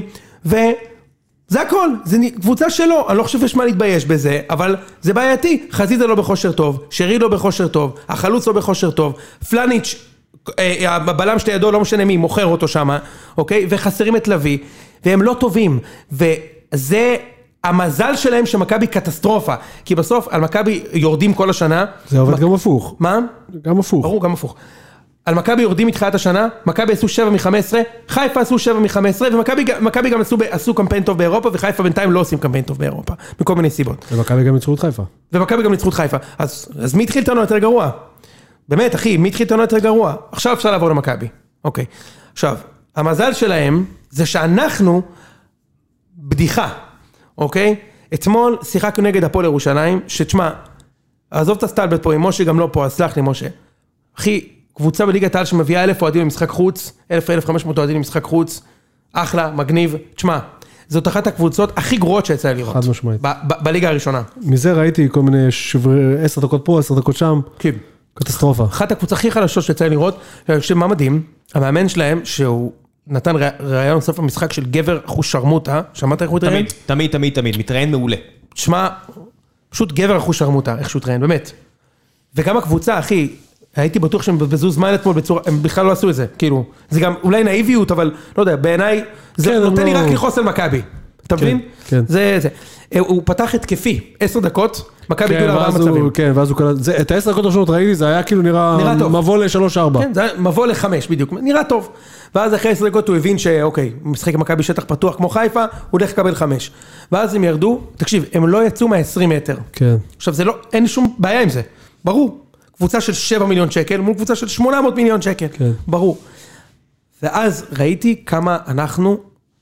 זה הכל, זה קבוצה שלו, אני לא חושב שיש מה להתבייש בזה, אבל זה בעייתי, חזיזה לא בכושר טוב, שרי לא בכושר טוב, החלוץ לא בכושר טוב, פלניץ', הבלם שתי ידו לא משנה מי, מוכר אותו שם, אוקיי? וחסרים את לוי, והם לא טובים, וזה המזל שלהם שמכבי קטסטרופה, כי בסוף על מכבי יורדים כל השנה. זה עובד גם הפוך. מה? גם הפוך. ברור, גם הפוך. על מכבי יורדים מתחילת השנה, מכבי עשו 7 מ-15, חיפה עשו 7 מ-15, ומכבי גם עשו קמפיין טוב באירופה, וחיפה בינתיים לא עושים קמפיין טוב באירופה, מכל מיני סיבות. ומכבי גם ניצחו את חיפה. ומכבי גם ניצחו את חיפה. אז מי התחיל איתנו יותר גרוע? באמת, אחי, מי התחיל איתנו יותר גרוע? עכשיו אפשר לעבור למכבי. אוקיי. עכשיו, המזל שלהם זה שאנחנו בדיחה, אוקיי? אתמול שיחקנו נגד הפועל ירושלים, שתשמע, עזוב את הסטלבט פה, עם משה גם לא פה, אז סלח לי משה. אחי, קבוצה בליגת העל שמביאה 1,000 אוהדים למשחק חוץ, 1,500 אוהדים למשחק חוץ, אחלה, מגניב, תשמע, זאת אחת הקבוצות הכי גרועות שיצא לי לראות. חד משמעית. בליגה הראשונה. מזה ראיתי כל מיני 10 דקות פה, 10 דקות שם. כן. קטסטרופה. אחת הקבוצה הכי חלשות שיצא לי לראות, שמה מדהים, המאמן שלהם, שהוא נתן ראיון סוף המשחק של גבר אחוש שרמוטה, שמעת איך הוא התראיין? תמיד, מתראיין מעולה. תשמע, פשוט גבר אחוש שרמוטה, איך שהוא התראיין, באמת. וגם הקבוצה, אחי, הייתי בטוח שהם בזבזו זמן אתמול בצורה, הם בכלל לא עשו את זה, כאילו, זה גם אולי נאיביות, אבל לא יודע, בעיניי, זה נותן לי רק לכעוס על מכבי, אתה מבין? כן. זה. הוא פתח התקפי, 10 דקות, מכבי הגיעו ל4 מצבים. כן, ואז הוא קלט, את ה10 דקות הראשונות ראיתי, זה היה כאילו נראה מבוא ל3-4. כן, זה היה מבוא ל5 בדיוק, נראה טוב. ואז אחרי 10 דקות הוא הבין שאוקיי, הוא משחק עם מכבי שטח פתוח כמו חיפה, הוא הולך לקבל 5. ואז הם ירדו, תקשיב, הם לא יצאו מה-20 מטר. כן. עכשיו זה לא, אין שום בעיה עם זה, ברור. קבוצה של 7 מיליון שקל, מול קבוצה של 800 מיליון שקל, כן. ברור. ואז ראיתי כמה אנחנו,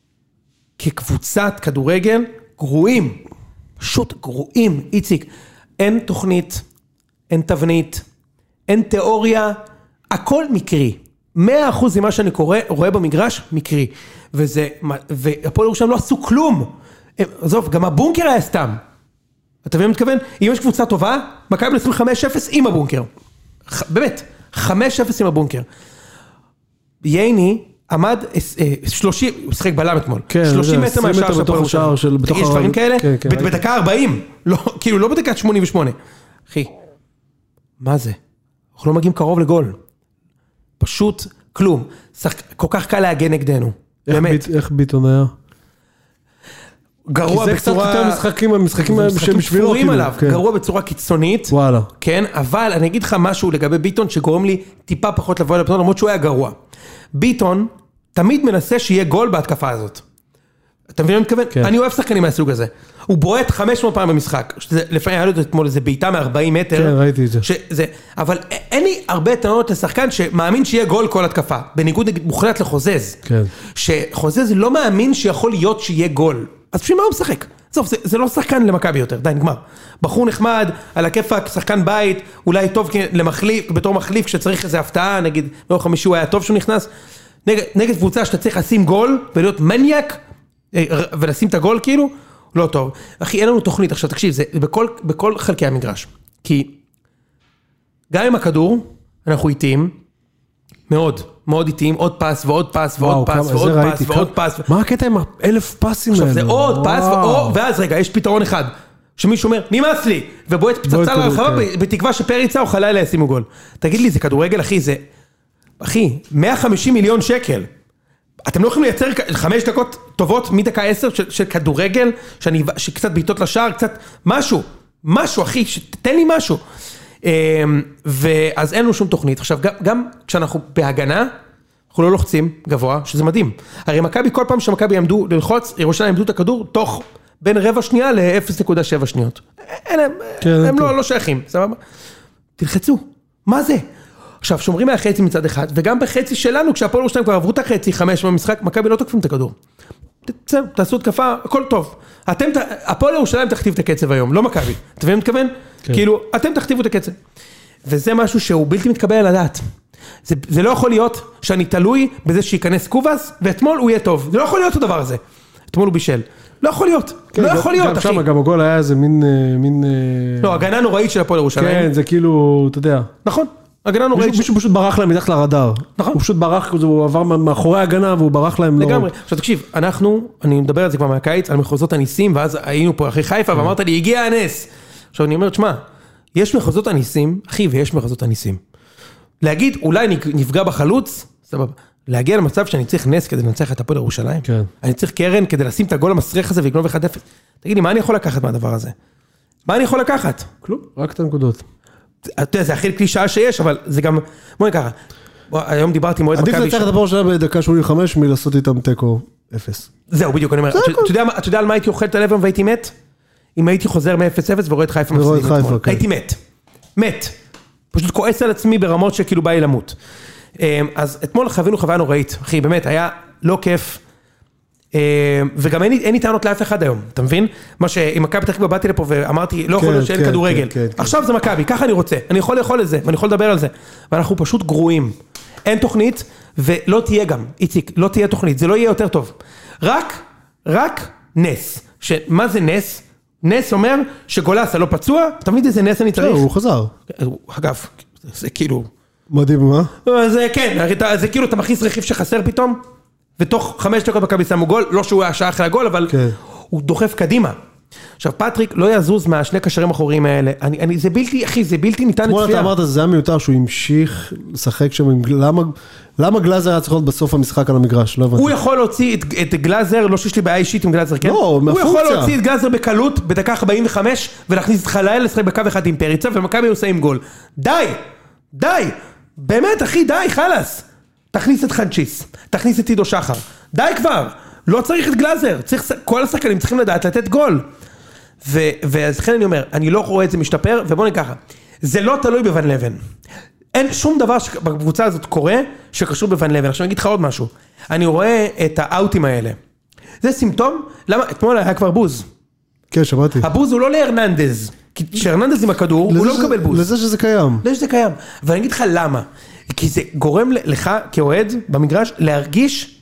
כקבוצת כדורגל, גרועים, פשוט גרועים, איציק. אין תוכנית, אין תבנית, אין תיאוריה, הכל מקרי. 100% ממה שאני רואה במגרש, מקרי. והפועל ירושלים לא עשו כלום. עזוב, גם הבונקר היה סתם. אתה מבין מה מתכוון? אם יש קבוצה טובה, מכבי מנצחים 5-0 עם הבונקר. באמת, 5-0 עם הבונקר. ייני עמד 30, הוא שחק בלם אתמול. 30 מטר מהשער של הפועל ירושלים. יש דברים כאלה? בדקה 40, כאילו לא בדקה 88. אחי, מה זה? אנחנו לא מגיעים קרוב לגול. פשוט כלום. כל כך קל להגן נגדנו. באמת. איך ביטון היה? גרוע בצורה... כי זה קצת יותר משחקים שבשבילו תפורים עליו, גרוע בצורה קיצונית. וואלה. כן, אבל אני אגיד לך משהו לגבי ביטון שגורם לי טיפה פחות לבוא לפתרון, למרות שהוא היה גרוע. ביטון תמיד מנסה שיהיה גול בהתקפה הזאת. אתה מבין מה אני מתכוון? אני אוהב שחקנים מהסוג הזה. הוא בועט 500 פעם במשחק. לפעמים היה לו אתמול איזה בעיטה מ-40 מטר. כן, ראיתי את זה. אבל אין לי הרבה טענות לשחקן שמאמין שיהיה גול כל התקפה. בניגוד מוחלט לחוזז. כן. שחוזז לא מאמין שיכול להיות שיהיה גול. אז בשביל מה הוא משחק? זה לא שחקן למכבי יותר, די, נגמר. בחור נחמד, על הכיפק, שחקן בית, אולי טוב למחליף, בתור מחליף, כשצריך איזו הפתעה, נגיד, ביום חמישי הוא היה טוב שהוא נכנס, נגד קבוצה שאתה צריך לשים גול, ולהיות מניאק, ולשים את הגול כאילו, לא טוב. אחי, אין לנו תוכנית, עכשיו תקשיב, זה בכל חלקי המגרש. כי גם עם הכדור, אנחנו איטיים, מאוד, מאוד איטיים, עוד פס ועוד פס ועוד פס ועוד פס ועוד פס. מה הקטע עם 1,000 פסים האלה? עכשיו זה עוד פס, ואז רגע, יש פתרון אחד, שמישהו אומר, נמאס לי, ובועט פצצה לרחבה, בתקווה שפריצה או חלילה ישימו גול. תגיד לי, זה כדורגל, אחי, זה, אחי, 150 מיליון שקל. אתם לא יכולים לייצר 5 דקות טובות מדקה 10 של כדורגל, שקצת בעיטות לשער, קצת משהו, אחי, תן לי משהו. ואז אין לנו שום תוכנית. עכשיו, גם כשאנחנו בהגנה, אנחנו לא לוחצים גבוה, שזה מדהים. הרי מכבי, כל פעם שמכבי יעמדו ללחוץ, ירושלים יעמדו את הכדור, תוך בין רבע שנייה ל-0.7 שניות. הם לא שייכים, סבבה? תלחצו, מה זה? עכשיו, שומרים מהחצי מצד אחד, וגם בחצי שלנו, כשהפועל ירושלים כבר עברו את החצי 5 במשחק, מכבי לא תוקפים את הכדור. תעשו התקפה, הכל טוב. הפועל ירושלים תכתיב את הקצב היום, לא מכבי. אתה מבין מתכוון? כאילו, אתם תכתיבו את הקצב. וזה משהו שהוא בלתי מתקבל על הדעת. זה לא יכול להיות שאני תלוי בזה שייכנס קובס, ואתמול הוא יהיה טוב. זה לא יכול להיות הדבר הזה. אתמול הוא בישל. לא יכול להיות. לא יכול להיות, אחי. גם הגול היה איזה מין... לא, הגנה נוראית של הפועל ירושלים. כן, זה כאילו, אתה יודע. נכון. הגנה נוראית. מישהו פשוט ברח להם מתחת לרדאר. נכון. הוא פשוט ברח, הוא עבר מאחורי ההגנה והוא ברח להם. לגמרי. עכשיו תקשיב, אני מדבר על זה כבר מהקיץ, על מחוזות הניסים, ואז היינו פה אחרי חיפה, ואמרת לי, הגיע הנס. עכשיו אני אומר, תשמע, יש מחוזות הניסים, אחי, ויש מחוזות הניסים. להגיד, אולי נפגע בחלוץ, סבבה. להגיע למצב שאני צריך נס כדי לנצח את הפועל ירושלים. כן. אני צריך קרן כדי לשים את הגול המסריח הזה ולגנוב 1-0. תגיד לי, מה אני יכול לקחת מהדבר הזה? מה אני יכול לקחת? כלום, רק את הנקודות. אתה יודע, זה הכי קלישאה שיש, אבל זה גם... בוא נקרא. היום דיברתי עם מועד מכבי... עדיף לנצח את הפועל ירושלים בדקה 85 מלעשות איתם תיקו 0. זהו, בדיוק, אני אומר. אתה יודע על מה הייתי אוכל את הלב והייתי מת? אם הייתי חוזר מ-0-0 ורואה את חיפה מפסידים אתמול. הייתי מת. פשוט כועס על עצמי ברמות שכאילו בא לי למות. אז אתמול חווינו חוויה נוראית, אחי, באמת, היה לא כיף, וגם אין לי טענות לאף אחד היום, אתה מבין? מה שעם מכבי פתח תקווה באתי לפה ואמרתי, לא יכול להיות שאין כדורגל. עכשיו זה מכבי, ככה אני רוצה, אני יכול לאכול את זה, ואני יכול לדבר על זה, ואנחנו פשוט גרועים. אין תוכנית, ולא תהיה גם, איציק, לא תהיה תוכנית, זה לא יהיה יותר טוב. רק נס. מה זה נס? נס אומר שגולס לא פצוע, אתה מבין איזה נס אני צריך? הוא חזר. אגב, זה כאילו... מדהים, מה? זה כן, זה כאילו אתה מכניס רכיב שחסר פתאום, ותוך 5 דקות מכבי שמו גול, לא שהוא היה שעה אחרי הגול, אבל הוא דוחף קדימה. עכשיו פטריק לא יזוז מהשני קשרים אחוריים האלה, זה בלתי, אחי, זה בלתי ניתן לצפייה. אתה אמרת, זה היה מיותר שהוא המשיך לשחק שם, למה גלאזר היה צריך להיות בסוף המשחק על המגרש? הוא יכול להוציא את גלאזר, לא שיש לי בעיה אישית עם גלאזר, כן? לא, מהפונקציה. הוא יכול להוציא את גלאזר בקלות, בדקה 45, ולהכניס את חלילה לשחק בקו אחד עם פריצה, ומכבי עושה עם גול. די! באמת, אחי, די, חלאס. תכניס את חנצ'יס, תכניס את עידו שחר. די כבר, לא צריך את גלאזר, כל השחקנים צריכים לדעת לתת גול. ואז לכן אני אומר, אני לא רואה את זה משתפר, ובוא נקחה. זה לא תלוי בבן לבן. אין שום דבר שבקבוצה הזאת קורה, שקשור בבן לבן. עכשיו אני אגיד לך עוד משהו. אני רואה את האוטים האלה. זה סימפטום, למה? אתמול היה כבר בוז. כן, שמעתי. הבוז הוא לא להרננדז. כי כשהרננדז עם הכדור, הוא לא מקבל בוז. לזה שזה קיים. לזה שזה קיים. ואני אגיד לך למה. כי זה גורם לך, כאוהד, במגרש, להרגיש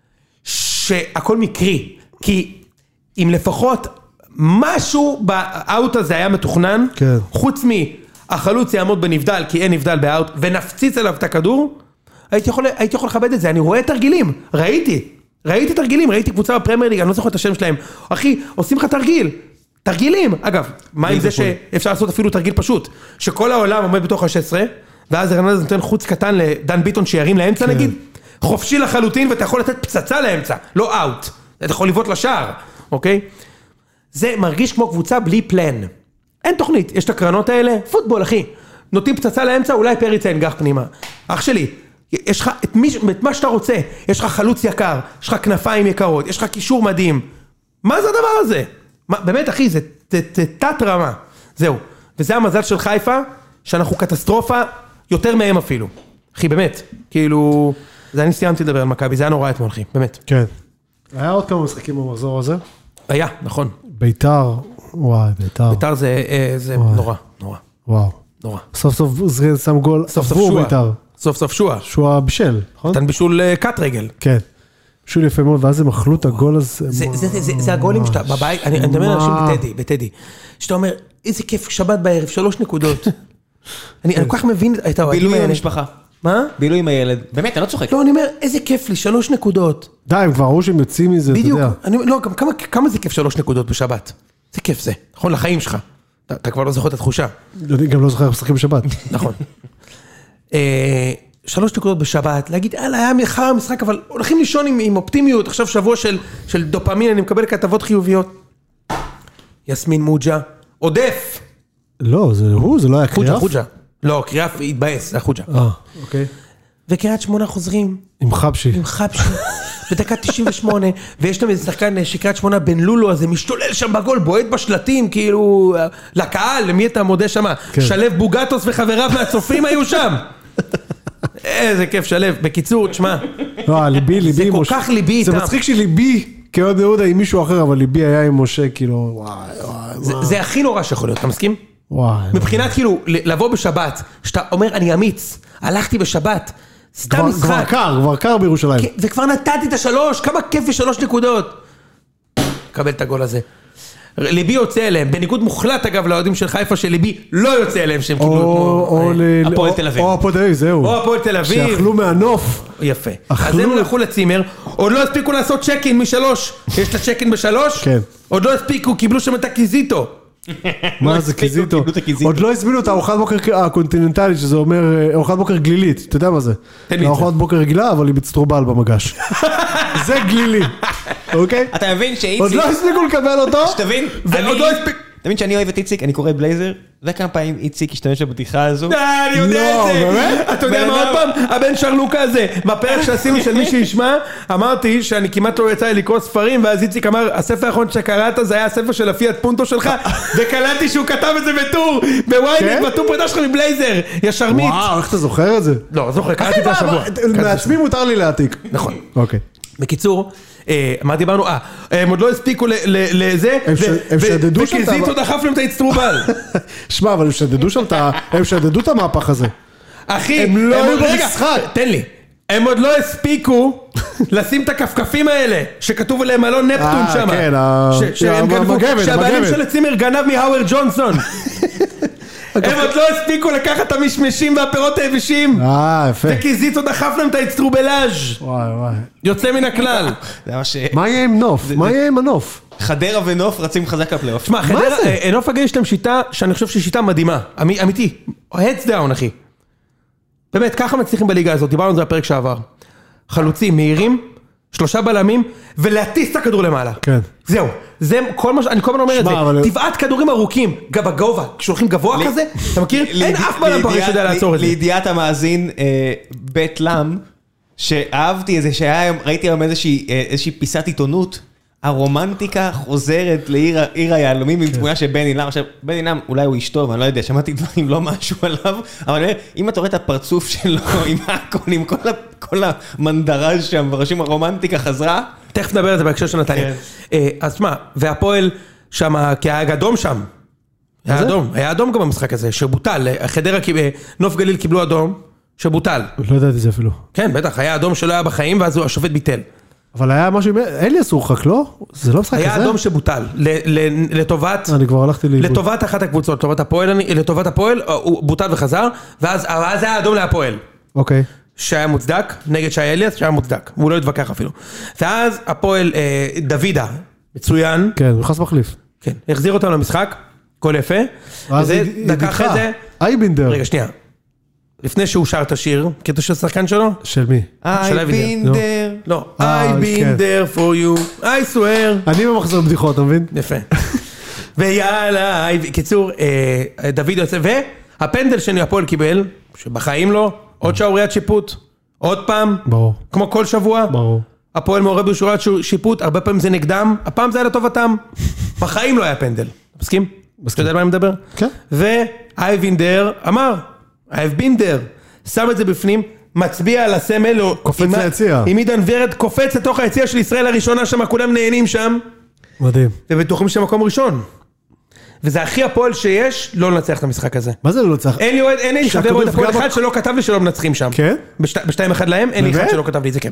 שהכל מקרי. כי אם לפחות משהו באוט הזה היה מתוכנן, כן. חוץ מהחלוץ יעמוד בנבדל, כי אין נבדל באוט, ונפציץ עליו את הכדור, הייתי יכול לכבד את זה. אני רואה תרגילים. ראיתי תרגילים, ראיתי קבוצה בפרמייר ליג, אני לא זוכר את השם שלהם. אחי, עושים לך תרגילים. אגב, מה עם זה שאפשר לעשות אפילו תרגיל פשוט? שכל העולם עומד בתוך ה-16, ואז הרננדז נותן חוץ קטן לדן ביטון שירים לאמצע נגיד, חופשי לחלוטין, ואתה יכול לתת פצצה לאמצע, לא אאוט. אתה יכול לבעוט לשער, אוקיי? זה מרגיש כמו קבוצה בלי פלן. אין תוכנית, יש את הקרנות האלה, פוטבול אחי. נותנים פצצה לאמצע, אולי פריצה ינגח פנימה. אח שלי, יש לך את מה שאתה רוצה, יש לך חלוץ יקר, יש לך כנפיים יקרות, יש לך קישור מדהים. מה זה הדבר הזה? באמת אחי, זה תת רמה. זהו. וזה המזל של חיפה, שאנחנו קטסטרופה יותר מהם אפילו. אחי, באמת. כאילו, זה אני סיימתי לדבר על מכבי, זה היה נורא אתמול, אחי, באמת. כן. היה עוד כמה משחקים במחזור הזה? היה, נכון. ביתר, וואי, ביתר. ביתר זה נורא. וואו. נורא. סוף סוף זרין שם גול, עבור ביתר. סוף סוף שועה. שועה בישל, נכון? נתן בישול קט רגל. כן. בישול יפה מאוד, ואז הם אכלו את הגול הזה. זה הגולים שאתה, בבית, אני מדבר על אנשים בטדי. שאתה אומר, איזה כיף, שבת בערב, 3 נקודות. אני כל כך מבין את האוהדים האלה. בילוי עם המשפחה. מה? בילוי עם הילד. באמת, אני לא צוחק. לא, אני אומר, איזה כיף לי, 3 נקודות. די, הם כבר ראו שהם יוצאים מזה, אתה בדיוק. יודע. לא, כמה זה כיף 3 נקודות בשבת? זה כיף זה, נכון, לחיים שלך. אתה כבר לא זוכר את התחושה. אני גם לא זוכר משחקים בשבת. נכון. 3 נקודות בשבת, להגיד, היה מחר משחק, אבל הולכים לישון עם אופטימיות, עכשיו שבוע של דופמין, אני מקבל כתבות חיוביות. יסמין מוג'ה, עודף. לא, זה לא היה קריאף? חוג'ה. לא, קריאף התבאס, זה החוג'ה. אוקיי. וקריית שמונה חוזרים. עם חבשי. עם חבשי. בדקה 98, ויש להם איזה שחקן שקריית שמונה בן לולו, אז זה משתולל שם בגול, בועט בשלטים, כאילו, לקהל, למי אתה מודה שמה? שלב בוגטוס וחבריו מהצופים היו שם. איזה כיף שלב. בקיצור, תשמע. לא, ליבי. זה כל כך ליבי איתם. זה מצחיק שליבי, כאוהד יהודה עם מישהו אחר, אבל ליבי היה עם משה, כאילו, וואי. זה הכי נורא שיכול להיות, אתה מסכים? וואי. מבחינת כאילו, לבוא בשבת, שאתה אומר, אני אמיץ, הלכתי בשבת, סתם משחק. כבר קר בירושלים. וכבר נתתי את 3, כמה כיף ו3 נקודות. קבל את הגול הזה. ליבי יוצא אליהם, בניגוד מוחלט אגב לאוהדים של חיפה, שליבי לא יוצא אליהם שהם קיבלו את הפועל תל אביב. או הפועל תל אביב, זהו. או הפועל תל אביב. שאכלו מהנוף. יפה. אז הם הלכו לצימר, עוד לא הספיקו לעשות צ'קין מ3, יש את הצ'קין ב3? כן. עוד לא הספיקו, קיבלו שם את הקיזיטו. מה זה קיזיטו? עוד לא הזמינו את הארוחת בוקר הקונטיננטלית, שזה אומר ארוחת בוקר גלילית, אתה יודע מה זה? ארוחת בוקר רגילה, אבל היא בצטרובל במגש. זה גלילי, אוקיי? אתה מבין שאיציק... עוד לא הספיקו לקבל אותו? שתבין, אתה מבין שאני אוהב את איציק, אני קורא בלייזר, וכמה פעמים איציק השתמש בבדיחה הזו? אני יודע את זה! אתה יודע מה עוד פעם? הבן שרלוקה הזה, בפרק שעשינו של מי שישמע, אמרתי שאני כמעט לא יצא לי לקרוא ספרים, ואז איציק אמר, הספר האחרון שקראת זה היה הספר של הפיאט פונטו שלך, וקלטתי שהוא כתב את זה בטור, בוויינט, בטור פרידה שלך מבלייזר, יא שרמית. וואו, איך אתה זוכר את זה? לא, זוכר, קראתי את השבוע. מעצמי מותר לי להעתיק. נכון. אוקיי. בקיצור, מה דיברנו? הם עוד לא הספיקו לזה, וקיזיטו דחף להם את האצטרובל. שמע, אבל הם שדדו את המהפך הזה. אחי, הם לא היו במשחק. תן לי. הם עוד לא הספיקו לשים את הכפכפים האלה, שכתוב עליהם אלון נפטון שם. כן, שהבעלים של הצימר גנב מהאוור ג'ונסון. הם עוד לא הספיקו לקחת את המשמשים והפירות היבשים. יפה. וקיזיטו דחף להם את האצטרובלאז'. וואי. יוצא מן הכלל. מה יהיה עם נוף? מה יהיה עם הנוף? חדרה ונוף רצים חזק לפלייאוף. תשמע, חדרה, נוף הגליל יש להם שיטה, שאני חושב שהיא שיטה מדהימה. אמיתי. heads down, אחי. באמת, ככה מצליחים בליגה הזאת. דיברנו על זה בפרק שעבר. חלוצים, מהירים, 3 בלמים, ולהטיס את הכדור למעלה. כן. זהו. זה כל מה אני כל הזמן אומר את זה. טבעת כדורים ארוכים, בגובה, כשהולכים גבוה כזה, אתה מכיר? אין אף בלם פריש שיודע לעצור את זה. לידיעת המאזין, בית לם, שאהבתי איזה ראיתי היום איזושהי פיסת עיתונות, הרומנטיקה חוזרת לעיר היהלומים עם תמונה של בני לם. עכשיו, בני לם אולי הוא אשתו, אבל אני לא יודע, שמעתי דברים לא משהו עליו, אבל אם אתה רואה את הפרצוף שלו עם הקון, עם כל המנדרז' שם, ורשים הרומנטיקה חזרה. תכף נדבר על זה בהקשר של נתניה. אז מה, והפועל שם, כי היה אדום שם. היה אדום גם במשחק הזה, שבוטל. חדרה, נוף גליל קיבלו אדום, שבוטל. לא ידעתי זה אפילו. כן, בטח, היה אדום שלא היה בחיים, ואז השופט ביטל. אבל היה משהו, אין לי אסור חק, לא? זה לא משחק כזה? היה אדום שבוטל, לטובת... אני כבר הלכתי לאיבוד. לטובת אחת הקבוצות, לטובת הפועל, הוא בוטל וחזר, ואז היה אדום להפועל. אוקיי. שהיה מוצדק, נגד שי אליאס, שהיה מוצדק, והוא לא התווכח אפילו. ואז הפועל דוידה, מצוין. כן, הוא נכנס מחליף. כן, החזיר אותם למשחק, כל יפה. וזה דקה אחרי זה... אייבינדר. רגע, שנייה. לפני שהוא שר את השיר, כי אתה של שחקן שלו? של מי? אייבינדר. לא. אייבינדר for you, I swear. אני במחזור בדיחות, אתה מבין? יפה. ויאללה, קיצור, דוד יוצא, והפנדל שאני הפועל קיבל, שבחיים לו, עוד שעוריית שיפוט, עוד פעם, ברור. כמו כל שבוע, ברור. הפועל מעורב בשעוריית שיפוט, הרבה פעמים זה נגדם, הפעם זה היה לטובתם, בחיים לא היה פנדל. מסכים? אתה יודע על מה אני מדבר? כן. ואייבינדר אמר, I've been there, שם את זה בפנים, מצביע על הסמל, קופץ ליציע. עם עידן ורד, קופץ לתוך היציע של ישראל הראשונה שם, כולם נהנים שם. מדהים. ובטוחים שם מקום ראשון. וזה הכי הפועל שיש, לא לנצח את המשחק הזה. מה זה לא לנצח? אין לי חבר עוד הפועל אחד שלא כתב לי שלא מנצחים שם. כן? ב2-1 להם, אין לי אחד שלא כתב לי את זה, כן.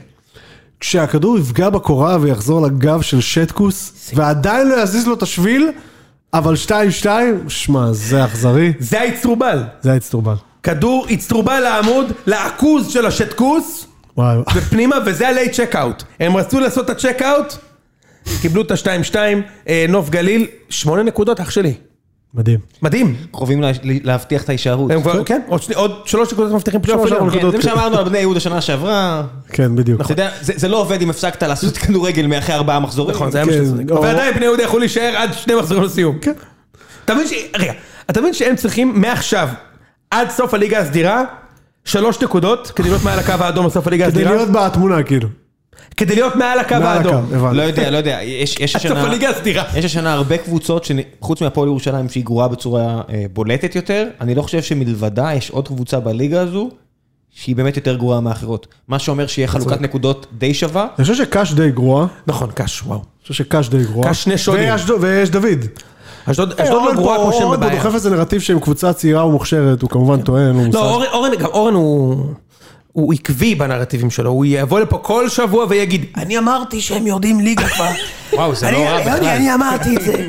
כשהכדור יפגע בקורה ויחזור לגב של שטקוס, ועדיין לא יזיז לו את השביל, אבל 2-2, שמע, זה אכזרי. זה האצטרובל. זה האצטרובל. כדור הצטרובל לעמוד, לעכוז של השטקוס, וואי. ופנימה, וזה הלייט צ'קאוט. הם רצו לעשות את הצ'קאוט, קיבלו את ה-2-2, נוף גליל, 8 נקודות, אח שלי. מדהים. מדהים. קרובים להבטיח את ההישארות. כן, עוד 3 נקודות מבטיחים פלייאוף. כן, זה מה שאמרנו על בני יהודה שנה שעברה. כן, בדיוק. אתה יודע, זה לא עובד אם הפסקת לעשות כדורגל מאחרי 4 מחזורים. נכון, זה היה משתזק. ועדיין בני יהודה יכול להישאר עד 2 מחזורים לסיום. כן. אתה מבין שהם צריכים מעכשיו עד סוף הליגה הסדירה 3 נקודות כדי להיות מעל הקו האדום בסוף הליגה הסדירה. כדי להיות בתמונה, כאילו. כדי להיות מעל הקו האדום. לא יודע, יש השנה הרבה קבוצות שחוץ מהפועל ירושלים שהיא גרועה בצורה בולטת יותר, אני לא חושב שמלבדה יש עוד קבוצה בליגה הזו שהיא באמת יותר גרועה מאחרות. מה שאומר שיהיה חלוקת נקודות די שווה. אני חושב שקש די גרועה. נכון, קש, וואו. אני חושב שקש די גרועה. קש 2 שודים. ויש דוד. אשדוד לא גרועה כמו שהם בבעיה. הוא דוחף איזה נרטיב שהם קבוצה צעירה ומוכשרת, הוא כמובן טוען. לא, אורן הוא עקבי בנרטיבים שלו, הוא יבוא לפה כל שבוע ויגיד, אני אמרתי שהם יורדים ליגה כבר. וואו, זה לא רע בכלל. אני אמרתי את זה.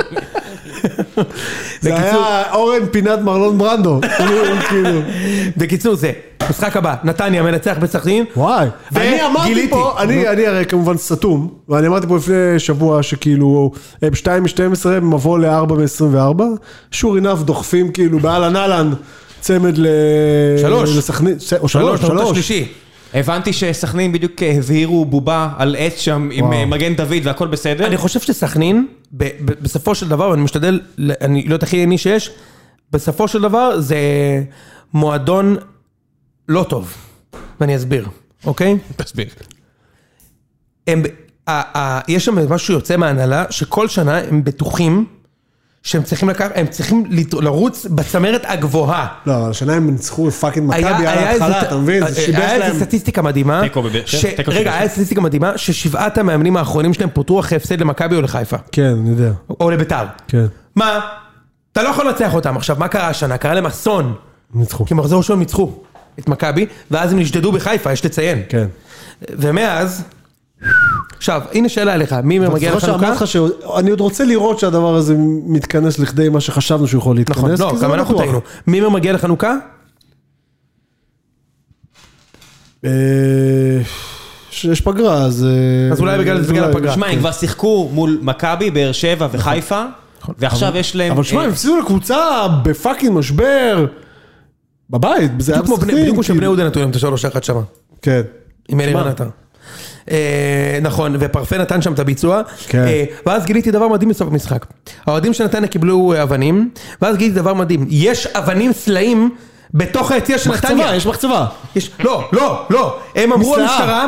זה היה אורן פינת מרלון ברנדו. בקיצור זה, משחק הבא, נתניה מנצח בסכנין. וואי, אני אמרתי פה, אני הרי כמובן סתום, ואני אמרתי פה לפני שבוע שכאילו, 2-12 מבוא ל-4-24, שורי נף דוחפים כאילו באלן אלן, צמד לסכנין, או 3. הבנתי שסכנין בדיוק הבהירו בובה על עץ שם עם מגן דוד והכל בסדר. אני חושב שסכנין, בסופו של דבר, אני משתדל, אני לא הכי עיני שיש, בסופו של דבר זה מועדון לא טוב, ואני אסביר, אוקיי? תסביר. יש שם משהו יוצא מההנהלה, שכל שנה הם בטוחים, שהם צריכים לרוץ בצמרת הגבוהה. לא, אבל השנה הם ניצחו פאקינג מכבי על ההתחלה, אתה מבין? היה איזה סטטיסטיקה מדהימה. רגע, היה סטטיסטיקה מדהימה, ששבעת המאמנים האחרונים שלהם פוטרו אחרי הפסד למכבי או לחיפה. כן, אני יודע. או לביתר. כן. מה? אתה לא יכול לנצח אותם. עכשיו, מה קרה השנה? קרה להם אסון. ניצחו. כי מחזור ראשון ניצחו את מכבי, ואז הם נשדדו בחיפה, יש לציין. כן. ומאז... עכשיו, הנה שאלה אליך, מימר מגיע לחנוכה? אני עוד רוצה לראות שהדבר הזה מתכנס לכדי מה שחשבנו שהוא יכול להתכנס. נכון, לא, גם אנחנו טעינו. מימר מגיע לחנוכה? יש פגרה, אז אולי בגלל הפגרה. שמע, הם כבר שיחקו מול מכבי, באר שבע וחיפה, ועכשיו יש להם... אבל שמע, הם הפסידו לקבוצה בפאקינג משבר, בבית, זה היה בסכנין. בדיוק כמו שבני יהודה נתנו להם את 3-1 שמה. כן. עם אלירן נתן. נכון, ופרפה נתן שם את הביצוע, ואז גיליתי דבר מדהים בסוף המשחק. האוהדים של נתניה קיבלו אבנים, ואז גיליתי דבר מדהים, יש אבנים סלעים בתוך היציאה של נתניה. יש מחצבה. לא, הם אמרו למשטרה,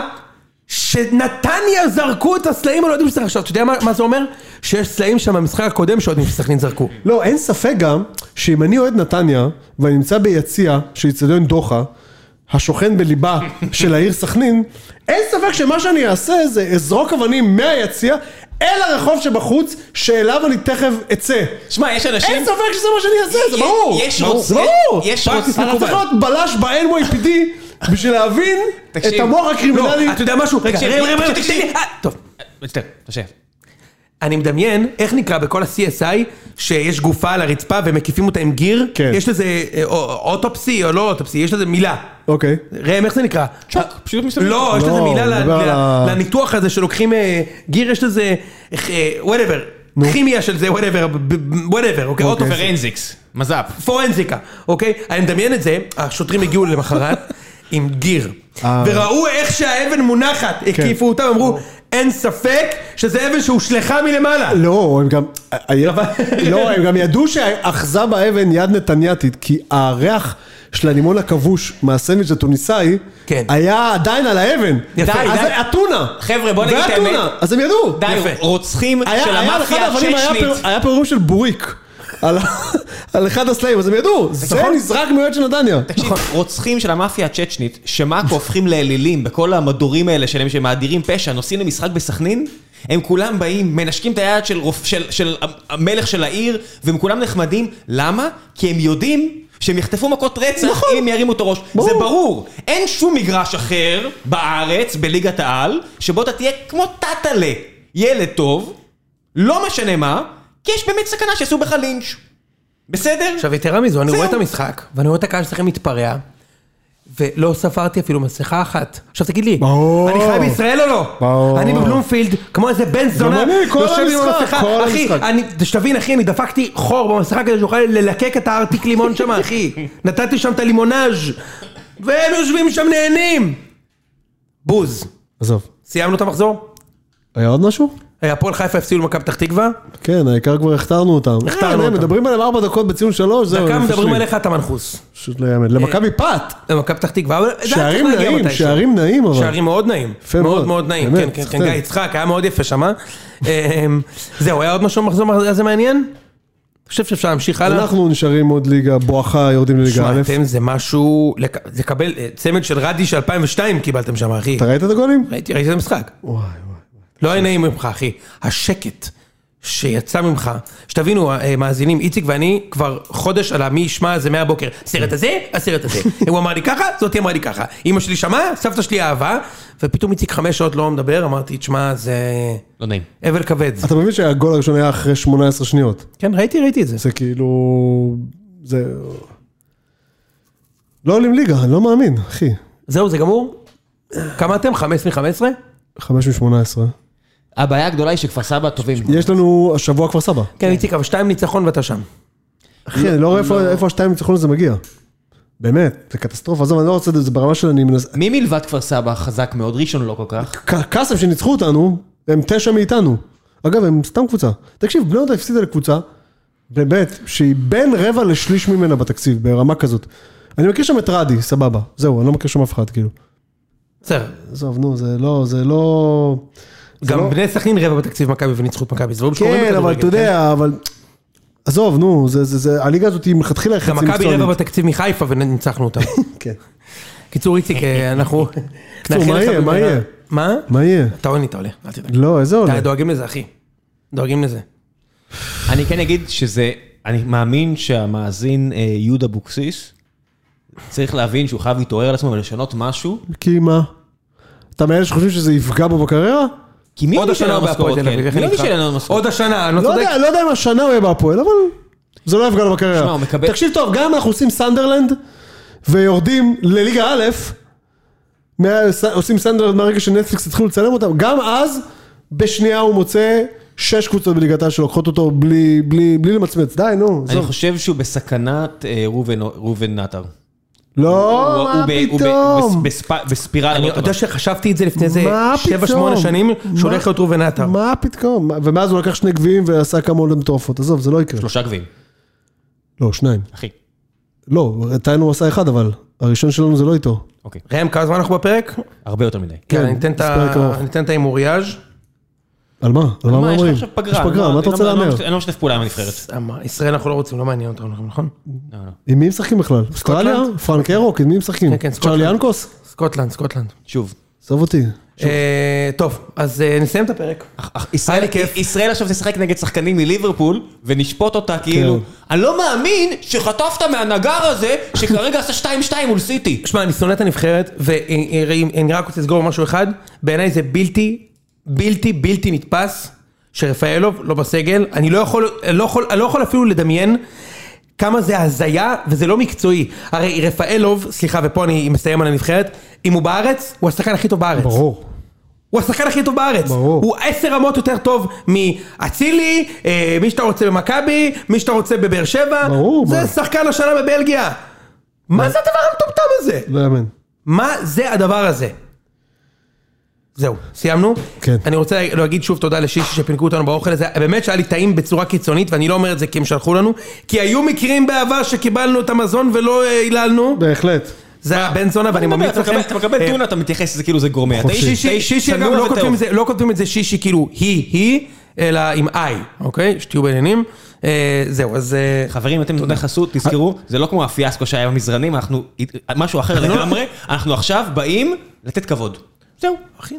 שנתניה זרקו את הסלעים, אני לא יודעים שצריך. עכשיו, אתה יודע מה זה אומר? שיש סלעים שם במשחק הקודם שאוהדים שסכנין זרקו. לא, אין ספק גם, שאם אני אוהד נתניה, ואני נמצא ביציאה, שיצטדיון דוחה, השוכן בליבה של העיר סכנין, אין ספק שמה שאני אעשה זה אזרוק אבנים מהיציאה אל הרחוב שבחוץ, שאליו אני תכף אצא. שמע, יש אנשים... אין ספק שזה מה שאני אעשה, זה ברור. זה ברור. אני צריך להיות בלש ב-NYPD בשביל להבין את המוח הקרימינלי. אתה יודע משהו? רגע, טוב. תשב. אני מדמיין, איך נקרא בכל ה-CSI, שיש גופה על הרצפה ומקיפים אותה עם גיר, יש לזה אוטופסי או לא אוטופסי, יש לזה מילה. אוקיי. ראם, איך זה נקרא? צ'וק, פשוט מסתכל. לא, יש לזה מילה לניתוח הזה שלוקחים גיר, יש לזה, whatever, כימיה של זה, whatever, אוקיי? אוטופרנזיקס, מז"פ. פורנזיקה, אוקיי? אני מדמיין את זה, השוטרים הגיעו למחרת עם גיר, וראו איך שהאבן מונחת, הקיפו אותה, אמרו, אין ספק שזה אבן שהוא שלחה מלמעלה. לא, הם גם ידעו שהאחזה באבן יד נתניאתית, כי הריח של הלימון הכבוש מהסנדוויץ' התוניסאי, היה עדיין על האבן. די. אז זה אתונה. חבר'ה, בוא נגיד את האמת. אז הם ידעו. די, רוצחים של המאפיה הצ'צ'נית. היה פירוש של בוריק. על אחד הסלעים, אז הם ידעו, זה נזרק מיועד של נתניה. תקשיב, רוצחים של המאפיה הצ'צ'נית, שמאקו הופכים לאלילים בכל המדורים האלה שלהם שמאדירים פשע, נוסעים למשחק בסכנין, הם כולם באים, מנשקים את היד של המלך של העיר, והם כולם נחמדים. למה? כי הם יודעים שהם יחטפו מכות רצח אם הם ירימו את הראש. זה ברור. אין שום מגרש אחר בארץ, בליגת העל, שבו אתה תהיה כמו טאטלה, ילד טוב, לא משנה מה, כי יש באמת סכנה שיעשו בך לינץ'. בסדר? עכשיו, יתרה מזו, אני רואה את המשחק, ואני רואה את הקהל שלכם מתפרע, ולא ספרתי אפילו מסכה אחת. עכשיו תגיד לי, אני חי בישראל או לא? ברור. אני בבלומפילד, כמו איזה בן זונה, יושב עם המסכה. אחי, שתבין, אחי, אני דפקתי חור במסכה כדי שאוכל ללקק את הארטיק לימון שם, אחי. נתתי שם את הלימונאז' והם יושבים שם נהנים. בוז. עזוב. סיימנו את המחזור? היה עוד משהו? הפועל חיפה הפסידו למכבי פתח תקווה. כן, העיקר כבר הכתרנו אותם. הכתרנו אותם. מדברים עליהם 4 דקות בציון 3, זהו. דקה מדברים עליך אתה מנחוס. פשוט לא יאמן. למכבי פת! למכבי פתח תקווה. שערים נעים, שערים נעים אבל. שערים מאוד נעים. מאוד מאוד נעים. כן, כן, גיא יצחק, היה מאוד יפה שמה. זהו, היה עוד משהו במחזור הזה מעניין? אני חושב שאפשר להמשיך הלאה. אנחנו נשארים עוד ליגה בואכה, יורדים לליגה א'. שמעתם, זה משהו, לקבל צמד של רדי של 2002 קיבלתם שם, אחי. אתה ראית את הגולים? ראיתי את המשחק. וואי. לא היה נעים ממך, אחי. השקט שיצא ממך, שתבינו, מאזינים, איציק ואני כבר חודש על מי ישמע זה מהבוקר. הסרט הזה, הסרט הזה. הוא אמר לי ככה, זאת אמרה לי ככה. אמא שלי שמעה, סבתא שלי אהבה, ופתאום איציק 5 שעות לא מדבר, אמרתי, תשמע, זה... לא נעים. אבל כבד. אתה מבין שהגול הראשון היה אחרי 18 שניות? כן, ראיתי את זה. זה כאילו... זה... לא עולים ליגה, אני לא מאמין, אחי. זהו, זה גמור? כמה אתם? 5 מ-15? 5 מ-18. הבעיה הגדולה היא שכפר סבא טובים. יש לנו השבוע כפר סבא. כן, איציק, אבל 2 ניצחון ואתה שם. אחי, אני לא רואה איפה 2 ניצחון הזה מגיע. באמת, זה קטסטרופה, עזוב, אני לא רוצה את זה ברמה של אני מנסה... מי מלבד כפר סבא חזק מאוד? ראשון לא כל כך. קאסם שניצחו אותנו, הם 9 מאיתנו. אגב, הם סתם קבוצה. תקשיב, בני יהודה הפסידה לקבוצה, באמת, שהיא בין רבע לשליש ממנה בתקציב, ברמה כזאת. אני מכיר שם את רדי, סבבה. זהו, אני לא מכיר שם אף אחד, כאילו. בסדר. עזוב, נו, זה לא... גם בני סכנין רבע בתקציב מכבי וניצחו את מכבי. כן, אבל אתה יודע, אבל... עזוב, נו, הליגה הזאת היא מלכתחילה חצי מקצוענית. גם מכבי רבע בתקציב מחיפה וניצחנו אותם. כן. קיצור, איציק, אנחנו... קיצור, מה יהיה? מה? מה יהיה? אתה עולה, אל תדאג. לא, איזה עולה? דואגים לזה, אחי. דואגים לזה. אני כן אגיד שזה... אני מאמין שהמאזין יהודה בוקסיס צריך להבין שהוא חייב להתעורר על עצמו ולשנות משהו. כי מה? אתה מאלה שחושבים שזה יפגע בו בקריירה? כי מי לא משלם משכורות כאלה? מי לא משלם משכורות? עוד השנה, אני לא צודק. לא יודע אם השנה הוא יהיה בהפועל, אבל זה לא יפגע לו בקריירה. תקשיב טוב, גם אנחנו עושים סנדרלנד, ויורדים לליגה א', עושים סנדרלנד מהרגע שנטפליקס התחילו לצלם אותם, גם אז, בשנייה הוא מוצא 6 קבוצות בליגתה שלוקחות אותו בלי למצמץ. די, נו. אני חושב שהוא בסכנת ראובן נטר. לא, מה פתאום? בספירלה. אני יודע שחשבתי את זה לפני איזה 7-8 שנים, שהולך להיות ראובן נטר. מה פתאום? ומאז הוא לקח 2 גביעים ועשה כמה עולות מטורפות. עזוב, זה לא יקרה. 3 גביעים. לא, 2. אחי. לא, תהיינו עשה 1, אבל הראשון שלנו זה לא איתו. אוקיי. ראם, כמה זמן אנחנו בפרק? הרבה יותר מדי. כן, אני אתן את ההימוריאז'. על מה? על מה אומרים? יש לך פגרה. יש פגרה, מה אתה רוצה לאמר? אני לא משתף פעולה עם הנבחרת. ישראל אנחנו לא רוצים, לא מעניין אותנו, נכון? עם מי משחקים בכלל? אוסטרליה? פרנק ירוק, עם מי משחקים? צ'רלי אנקוס? סקוטלנד. שוב. סוב אותי. טוב, אז נסיים את הפרק. ישראל עכשיו תשחק נגד שחקנים מליברפול, ונשפוט אותה כאילו, אני לא מאמין שחטפת מהנגר הזה, שכרגע עשה 2-2 מול סיטי. שמע, אני שונא את הנבחרת, ואני רק רוצה לסגור משהו אחד, בעיניי זה בלתי נתפס, שרפאלוב לא בסגל, אני לא יכול אפילו לדמיין, כמה זה הזיה, וזה לא מקצועי. הרי רפאלוב, סליחה, ופה אני מסיים על הנבחרת, אם הוא בארץ, הוא השחקן הכי טוב בארץ. ברור. הוא השחקן הכי טוב בארץ. ברור. הוא 10 רמות יותר טוב מאצילי, מי שאתה רוצה במכבי, מי שאתה רוצה בבאר שבע. ברור. זה שחקן השנה בבלגיה. מה זה הדבר המטומטם הזה? לא יאמן. מה זה הדבר הזה? זהו, סיימנו? כן. אני רוצה להגיד שוב תודה לשישי שפינקו אותנו באוכל הזה, באמת שהיה לי טעים בצורה קיצונית, ואני לא אומר את זה כי הם שלחו לנו, כי היו מקרים בעבר שקיבלנו את המזון ולא היללנו. בהחלט. זה היה בן זונה ואני ממליץ לכם. אתה מקבל טונה, אתה מתייחס לזה כאילו זה גורמי. שישי, אגב, לא כותבים את זה שישי כאילו היא, אלא עם איי, אוקיי? שתהיו בעניינים. זהו, אז... חברים, אתם נותני חסות, תזכרו, זה לא כמו הפיאסקו שהיה במזרנים, אנחנו משהו אחר לגמרי, אנחנו עכשיו באים לתת כבוד. זהו, אחי,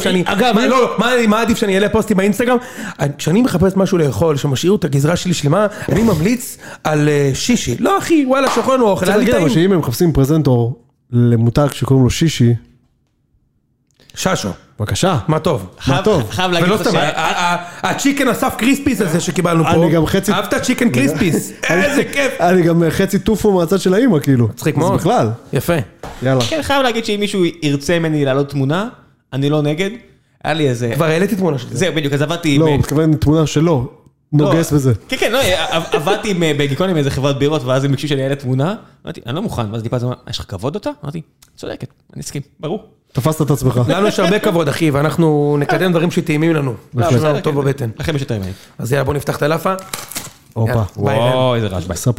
מה עדיף שאני אעלה פוסטים באינסטגרם? כשאני מחפש משהו לאכול, שמשאיר את הגזרה שלי שלמה, אני ממליץ על שישי. לא אחי, וואלה, שוכרנו אוכל, צריך להגיד אבל שאם הם מחפשים פרזנטור למותג שקוראים לו שישי, ששו, בבקשה. מה טוב. חייב להגיד ולא לך סתם, הצ'יקן אסף קריספיס הזה שקיבלנו פה, אני גם חצי... אהבת צ'יקן קריספיס, איזה כיף. אני גם חצי טופו מהצד של האמא, כאילו. מצחיק אז מאוד. בכלל. יפה. יאללה. כן, חייב להגיד שאם מישהו ירצה ממני לעלות תמונה, אני לא נגד. היה לי איזה... כבר העליתי תמונה של זה. זהו, בדיוק, אז עבדתי... לא, הוא מתכוון תמונה שלו. נוגס בזה. כן, כן, לא, עבדתי בגיקון עם איזה חברת בירות, ואז הם ביקשו שאני אעלה תמונה. אמרתי, אני לא מוכן, ואז דיפה, יש לך כבוד אותה? אמרתי, צודקת, אני אסכים, ברור. תפסת את עצמך. לנו יש הרבה כבוד, אחי, ואנחנו נקדם דברים שטעימים לנו. טוב בבטן. לכם יש יותר ממני. אז יאללה, בוא נפתח את הלאפה. הופה. וואו, איזה רעש, ביי.